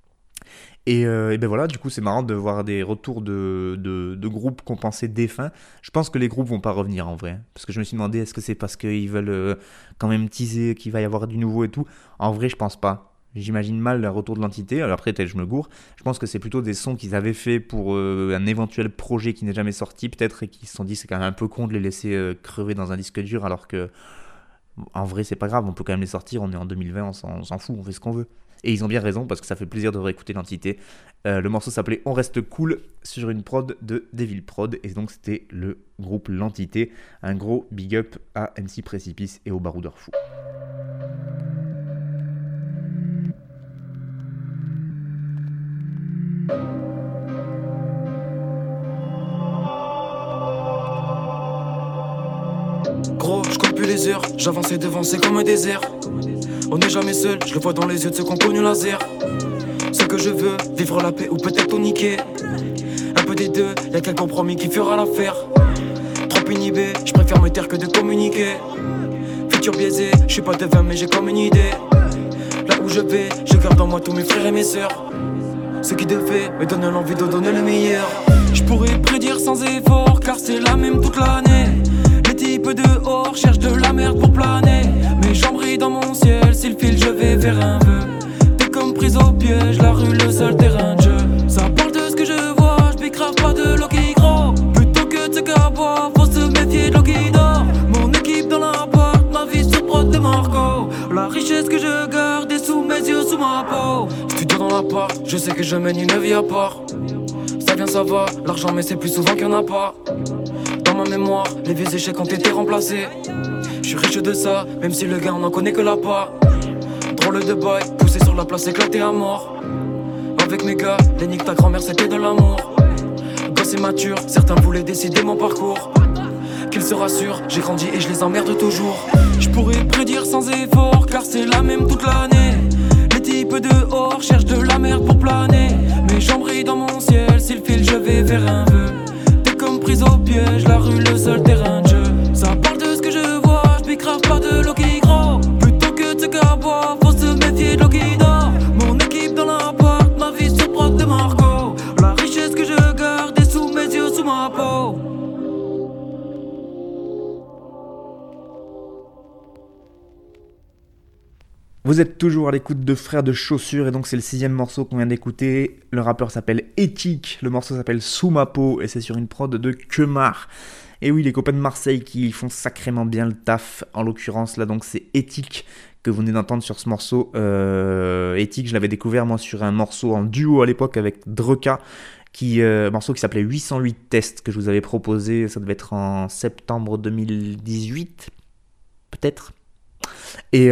Et voilà, du coup c'est marrant de voir des retours de groupes qu'on pensait défunts. Je pense que les groupes vont pas revenir en vrai, parce que je me suis demandé, est-ce que c'est parce qu'ils veulent quand même teaser qu'il va y avoir du nouveau et tout. En vrai je pense pas, j'imagine mal le retour de l'Entité. Alors après peut-être je me gourre, je pense que c'est plutôt des sons qu'ils avaient fait pour un éventuel projet qui n'est jamais sorti peut-être, et qui se sont dit c'est quand même un peu con de les laisser crever dans un disque dur, alors que En vrai, c'est pas grave, on peut quand même les sortir, on est en 2020, on s'en fout, on fait ce qu'on veut. Et ils ont bien raison parce que ça fait plaisir de réécouter l'entité. Le morceau s'appelait On reste cool sur une prod de Devil Prod. Et donc c'était le groupe L'Entité. Un gros big up à MC Précipice et au Baroudeur Fou. Gros, je compte plus les heures, j'avance et devant, c'est comme un désert. On n'est jamais seul, je le vois dans les yeux de ceux qui ont connu la zère. Ce que je veux, vivre la paix ou peut-être tout niquer. Un peu des deux, y'a quel compromis qui fera l'affaire. Trop inhibé, je préfère me taire que de communiquer. Futur biaisé, je suis pas devin mais j'ai comme une idée. Là où je vais, je garde en moi tous mes frères et mes sœurs. Ce qui devaient me donne l'envie de donner le meilleur. Je pourrais prédire sans effort car c'est la même toute l'année. Les types dehors cherchent de la merde pour planer. Mes jambes brillent dans mon ciel, s'il file je vais vers un vœu. T'es comme prise au piège, la rue le seul terrain de jeu. Ça parle de ce que je vois, je bicrave pas de l'eau qui gros. Plutôt que de ce qu'à boire, faut se méfier de l'eau qui dort. Mon équipe dans la boîte, ma vie sur prod de Marco. La richesse que je garde est sous mes yeux, sous ma peau. Studio dans l'appart, je sais que je mène une vie à part. Ça vient, ça va, l'argent mais c'est plus souvent qu'il y en a pas. Dans ma mémoire, les vieux échecs ont été remplacés. Je suis riche de ça, même si le gars on en connaît que la part. Drôle de bail, poussé sur la place éclaté à mort. Avec mes gars, les niques ta grand-mère c'était de l'amour. Gosse et mature, certains voulaient décider mon parcours. Qu'ils se rassurent, j'ai grandi et je les emmerde toujours. Je pourrais prédire sans effort car c'est la même toute l'année. Les types dehors cherchent de la merde pour planer. Mes jambes brillent dans mon ciel, s'il file je vais vers un vœu. T'es comme prise au piège, la rue le seul terrain de jeu. Ça parle de ce que je vois, je bicrave pas de l'eau qui gros. Plutôt que de ce qu'à boire, faut se méfier de l'eau qui dort. Mon équipe dans la boîte, ma vie sur prod de Marco. La richesse que je garde est sous mes yeux, sous ma peau. Vous êtes toujours à l'écoute de Frères de Chaussures et donc c'est le 6e morceau qu'on vient d'écouter. Le rappeur s'appelle Éthique, le morceau s'appelle Sous ma peau et c'est sur une prod de Kemar. Et oui, les copains de Marseille qui font sacrément bien le taf. En l'occurrence là donc c'est Éthique que vous venez d'entendre sur ce morceau. Éthique, je l'avais découvert moi sur un morceau en duo à l'époque avec Dreka. Morceau qui s'appelait 808 Tests que je vous avais proposé, ça devait être en septembre 2018 peut-être. Et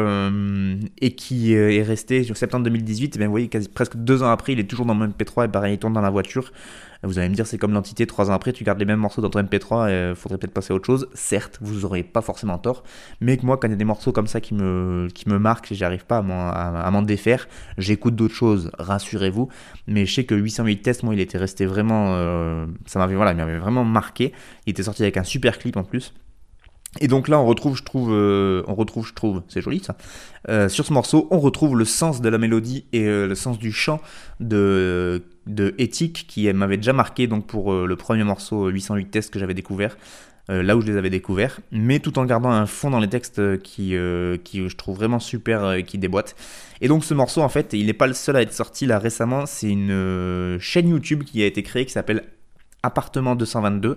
qui est resté sur septembre 2018, et bien vous voyez presque 2 ans après il est toujours dans mon MP3 et pareil il tourne dans la voiture. Vous allez me dire c'est comme l'entité, 3 ans après tu gardes les mêmes morceaux dans ton MP3 et faudrait peut-être passer à autre chose. Certes vous aurez pas forcément tort, mais que moi quand il y a des morceaux comme ça qui me marquent et j'arrive pas à m'en défaire, j'écoute d'autres choses, rassurez-vous. Mais je sais que 808 Tests, moi il était resté vraiment il m'avait vraiment marqué. Il était sorti avec un super clip en plus. Et donc là on retrouve, je trouve, c'est joli ça, sur ce morceau on retrouve le sens de la mélodie et le sens du chant de Éthique qui m'avait déjà marqué donc pour le premier morceau 808 Tests que j'avais découvert, là où je les avais découverts, mais tout en gardant un fond dans les textes qui je trouve vraiment super, qui déboîte. Et donc ce morceau en fait il n'est pas le seul à être sorti là récemment, c'est une chaîne YouTube qui a été créée qui s'appelle Appartement 222,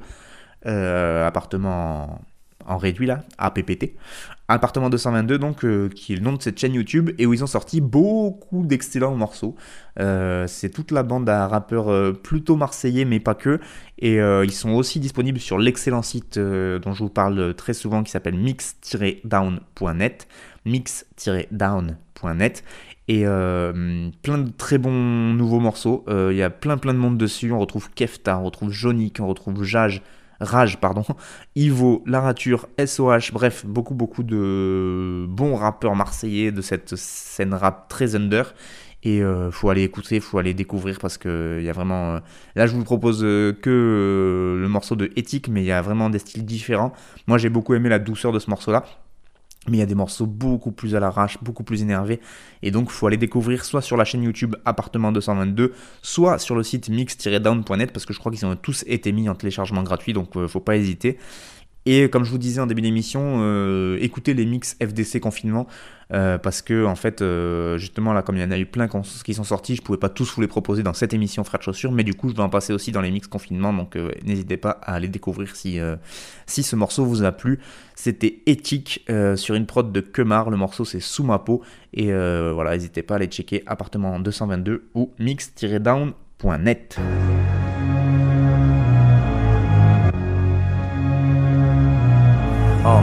appartement en réduit là, APPT, Appartement 222 donc, qui est le nom de cette chaîne YouTube et où ils ont sorti beaucoup d'excellents morceaux. C'est toute la bande à rappeurs plutôt marseillais mais pas que, et ils sont aussi disponibles sur l'excellent site dont je vous parle très souvent qui s'appelle mix-down.net, mix-down.net. Et plein de très bons nouveaux morceaux, il y a plein de monde dessus, on retrouve Kefta, on retrouve Jonique, on retrouve Rage, Ivo, Larature, SOH, bref, beaucoup de bons rappeurs marseillais de cette scène rap très under. Et faut aller écouter, faut aller découvrir parce que il y a vraiment. Là, je vous propose que le morceau de Éthique, mais il y a vraiment des styles différents. Moi, j'ai beaucoup aimé la douceur de ce morceau-là. Mais il y a des morceaux beaucoup plus à l'arrache, beaucoup plus énervés. Et donc, il faut aller découvrir soit sur la chaîne YouTube Appartement 222, soit sur le site mix-down.net, parce que je crois qu'ils ont tous été mis en téléchargement gratuit, donc faut pas hésiter. Et comme je vous disais en début d'émission, écoutez les mix FDC confinement, parce que en fait, justement là, comme il y en a eu plein qui sont sortis, je pouvais pas tous vous les proposer dans cette émission Frères de Chaussures, mais du coup je vais en passer aussi dans les mix confinement, donc n'hésitez pas à aller découvrir si ce morceau vous a plu. C'était Éthique sur une prod de Kemar, le morceau c'est Sous ma peau, et voilà, n'hésitez pas à aller checker Appartement 222 ou mix-down.net. Oh.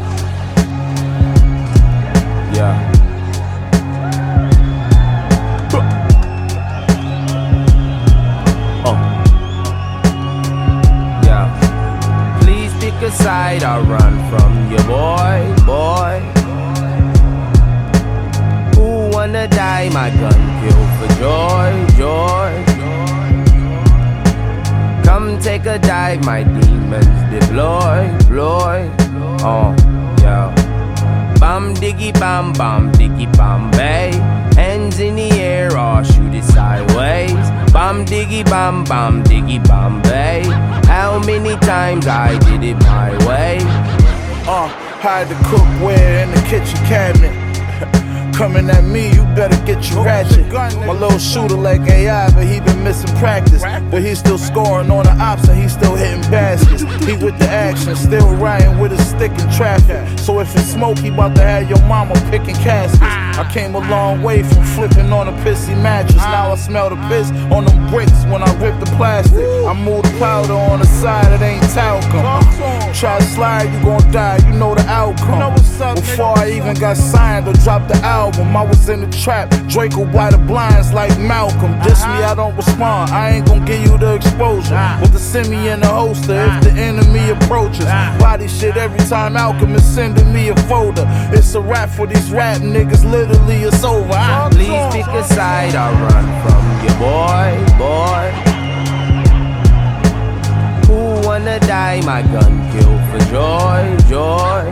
Yeah. Oh. Yeah. Please pick a side or run from your boy. Who wanna die? My gun kill for joy. Come take a dive, my demons deploy. Oh, yeah. Bam diggy bam bay. Hands in the air or shoot it sideways. Bam diggy bam bay. How many times I did it my way? Hide the cookware in the kitchen cabinet. Coming at me, you better get your ratchet. My little shooter like AI, but he been missing practice. But he's still scoring on the ops and he's still hitting baskets. He with the action, still riding with a stick in traffic. So if it's smoke, he bout to have your mama picking caskets. I came a long way from flipping on a pissy mattress. Now I smell the piss on them bricks when I rip the plastic. I move the powder on the side, it ain't talcum. Try to slide, you gon' die, you know the outcome. Before I even got signed or dropped the album, I was in the trap, Draco by the blinds like Malcolm. Diss me, I don't respond, I ain't gon' give you the exposure. With the semi in the holster, if the enemy approaches. Body shit every time Alchemist sending me a folder. It's a rap for these rap niggas, literally it's over. Please pick a side or run from your boy. Who wanna die? My gun kill for joy.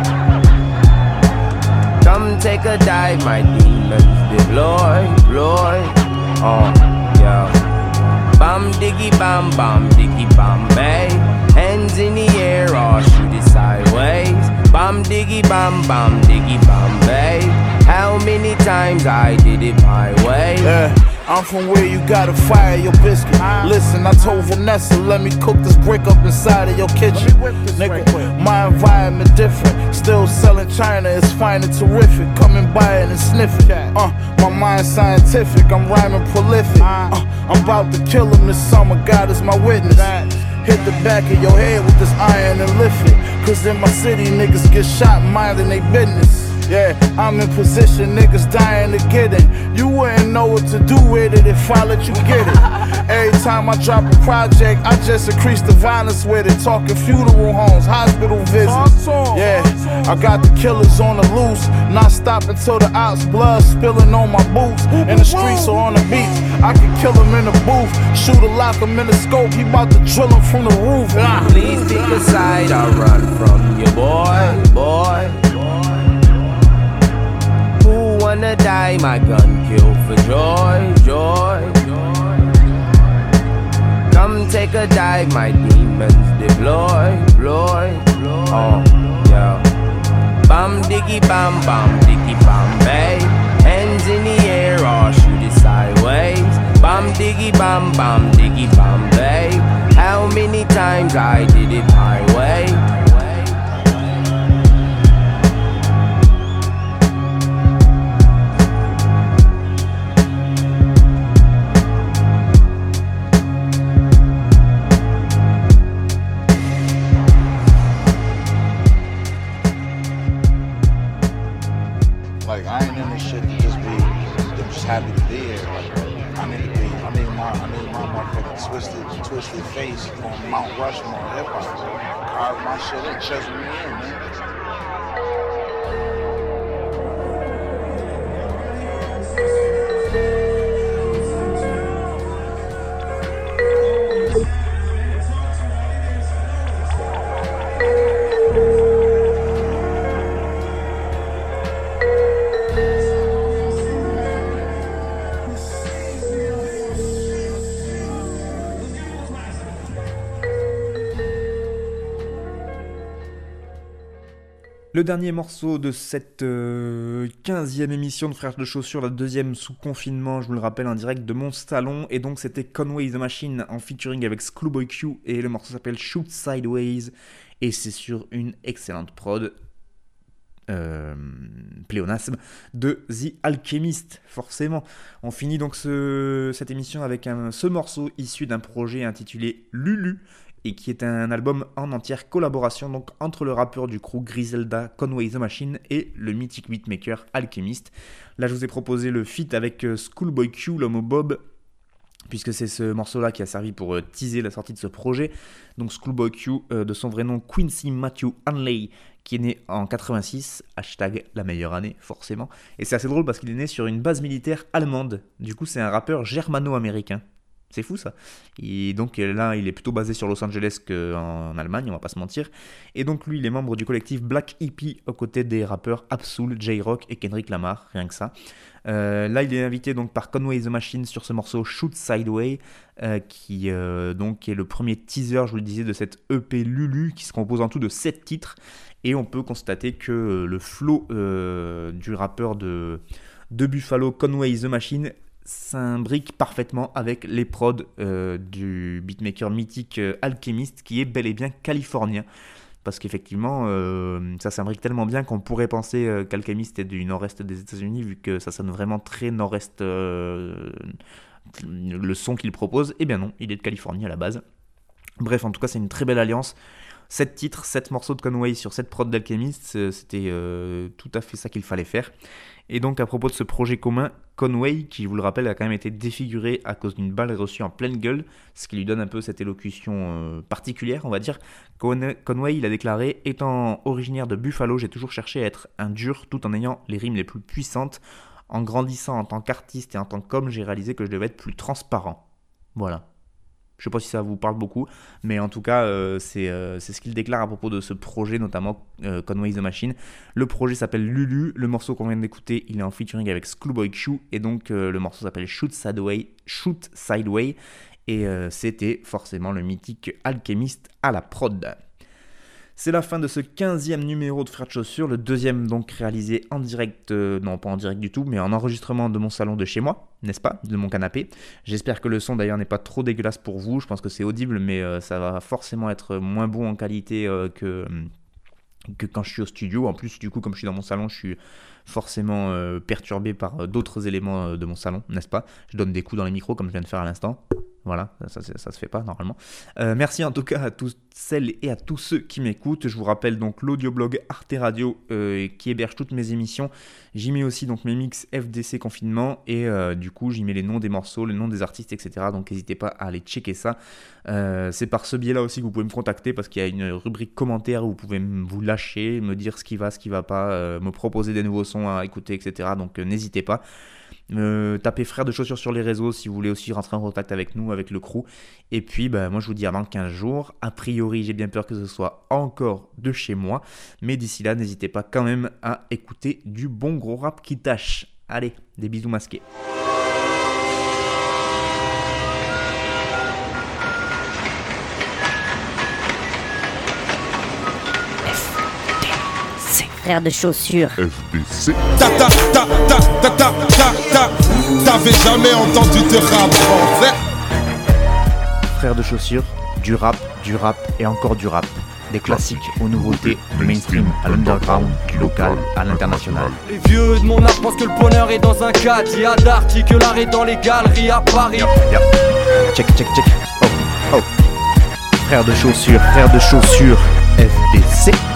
Come take a dive, my demons deploy. Oh, yeah. Bam diggy bam bay. Hands in the air or shoot it sideways. Bam diggy bam bay. How many times I did it my way? Yeah. I'm from where you gotta fire your biscuit. Listen, I told Vanessa, let me cook this brick up inside of your kitchen. Nigga, my environment different. Still selling China, it's fine and terrific. Come and buy it and sniff it. My mind scientific, I'm rhyming prolific. I'm about to kill him this summer, God is my witness. Hit the back of your head with this iron and lift it. Cause in my city, niggas get shot minding they business. Yeah, I'm in position, niggas dying to get it. You wouldn't know what to do with it if I let you get it. Every time I drop a project, I just increase the violence with it. Talking funeral homes, hospital visits. Yeah, I got the killers on the loose. Not stop until the ops blood spilling on my boots. In the streets or on the beach, I can kill him in the booth. Shoot a lock him in the scope, he bout to drill him from the roof. Please pick a side or run from your boy. Who wanna die? My gun kill for joy. Come take a dive, my demons deploy. Oh, yeah. Bam diggy bam bay. Hands in the air or shoot it sideways. Bam diggy bam bay. How many times I did it my way? Like I ain't in this shit to just be just happy to be here. Like I need my motherfucking twisted face on Mount Rushmore hip hop. Carve my shit in, chisel me in, man. Le dernier morceau de cette 15e émission de Frères de Chaussures, la deuxième sous confinement, je vous le rappelle, en direct de mon salon. Et donc c'était Conway the Machine en featuring avec Schoolboy Q. Et le morceau s'appelle Shoot Sideways. Et c'est sur une excellente prod, pléonasme, de The Alchemist, forcément. On finit donc cette émission avec ce morceau issu d'un projet intitulé Lulu, et qui est un album en entière collaboration donc entre le rappeur du crew Griselda, Conway the Machine, et le mythique beatmaker Alchemist. Là je vous ai proposé le feat avec Schoolboy Q, l'homme au bob, puisque c'est ce morceau-là qui a servi pour teaser la sortie de ce projet. Donc Schoolboy Q, de son vrai nom Quincy Matthew Hanley, qui est né en 86, hashtag la meilleure année, forcément. Et c'est assez drôle parce qu'il est né sur une base militaire allemande. Du coup, c'est un rappeur germano-américain. C'est fou ça. Et donc là, il est plutôt basé sur Los Angeles qu'en Allemagne, on va pas se mentir. Et donc lui, il est membre du collectif Black Hippie aux côtés des rappeurs Ab-Soul, J-Rock et Kendrick Lamar, rien que ça. Là, il est invité donc par Conway the Machine sur ce morceau Shoot Sideways, qui donc est le premier teaser, je vous le disais, de cette EP Lulu, qui se compose en tout de 7 titres. Et on peut constater que le flow du rappeur de Buffalo, Conway the Machine, s'imbrique parfaitement avec les prods du beatmaker mythique Alchemist, qui est bel et bien californien. Parce qu'effectivement, ça s'imbrique tellement bien qu'on pourrait penser qu'Alchemist est du nord-est des États-Unis, vu que ça sonne vraiment très nord-est le son qu'il propose. Eh bien non, il est de Californie à la base. Bref, en tout cas, c'est une très belle alliance. 7 titres, 7 morceaux de Conway sur 7 prods d'Alchemist, c'était tout à fait ça qu'il fallait faire. Et donc à propos de ce projet commun, Conway, qui je vous le rappelle a quand même été défiguré à cause d'une balle reçue en pleine gueule, ce qui lui donne un peu cette élocution particulière, on va dire. Conway, il a déclaré « Étant originaire de Buffalo, j'ai toujours cherché à être un dur tout en ayant les rimes les plus puissantes. En grandissant en tant qu'artiste et en tant qu'homme, j'ai réalisé que je devais être plus transparent. » Voilà. Je ne sais pas si ça vous parle beaucoup, mais en tout cas, c'est ce qu'il déclare à propos de ce projet, notamment Conway the Machine. Le projet s'appelle Lulu, le morceau qu'on vient d'écouter, il est en featuring avec Schoolboy Q, et donc le morceau s'appelle Shoot Sideways, et c'était forcément le mythique Alchemist à la prod. C'est la fin de ce 15e numéro de Frères de Chaussures, le deuxième donc réalisé en direct, non pas en direct du tout, mais en enregistrement de mon salon de chez moi, n'est-ce pas, de mon canapé. J'espère que le son d'ailleurs n'est pas trop dégueulasse pour vous, je pense que c'est audible, mais ça va forcément être moins bon en qualité que quand je suis au studio. En plus, du coup, comme je suis dans mon salon, je suis forcément perturbé par d'autres éléments de mon salon, n'est-ce pas. Je donne des coups dans les micros comme je viens de faire à l'instant. Voilà, ça se fait pas normalement. Merci en tout cas à toutes celles et à tous ceux qui m'écoutent. Je vous rappelle donc l'audioblog Arte Radio qui héberge toutes mes émissions. J'y mets aussi donc mes mix FDC confinement et du coup j'y mets les noms des morceaux, les noms des artistes, etc. Donc n'hésitez pas à aller checker ça. C'est par ce biais-là aussi que vous pouvez me contacter parce qu'il y a une rubrique commentaires où vous pouvez vous lâcher, me dire ce qui va pas, me proposer des nouveaux sons à écouter, etc. Donc n'hésitez pas. Tapez Frères de Chaussures sur les réseaux si vous voulez aussi rentrer en contact avec nous, avec le crew. Et puis moi je vous dis avant 15 jours. A priori j'ai bien peur que ce soit encore de chez moi, mais d'ici là n'hésitez pas quand même à écouter du bon gros rap qui tâche. Allez, des bisous masqués. Frères de Chaussures. FDC. T'avais jamais entendu de rap en fait. Frères de Chaussures, du rap et encore du rap. Des classiques aux nouveautés, du mainstream à l'underground, du local à l'international. Les vieux de mon âge pensent que le bonheur est dans un cadre. Il y a d'arty que l'art est dans les galeries à Paris. Check. Oh. Frères de Chaussures, FDC.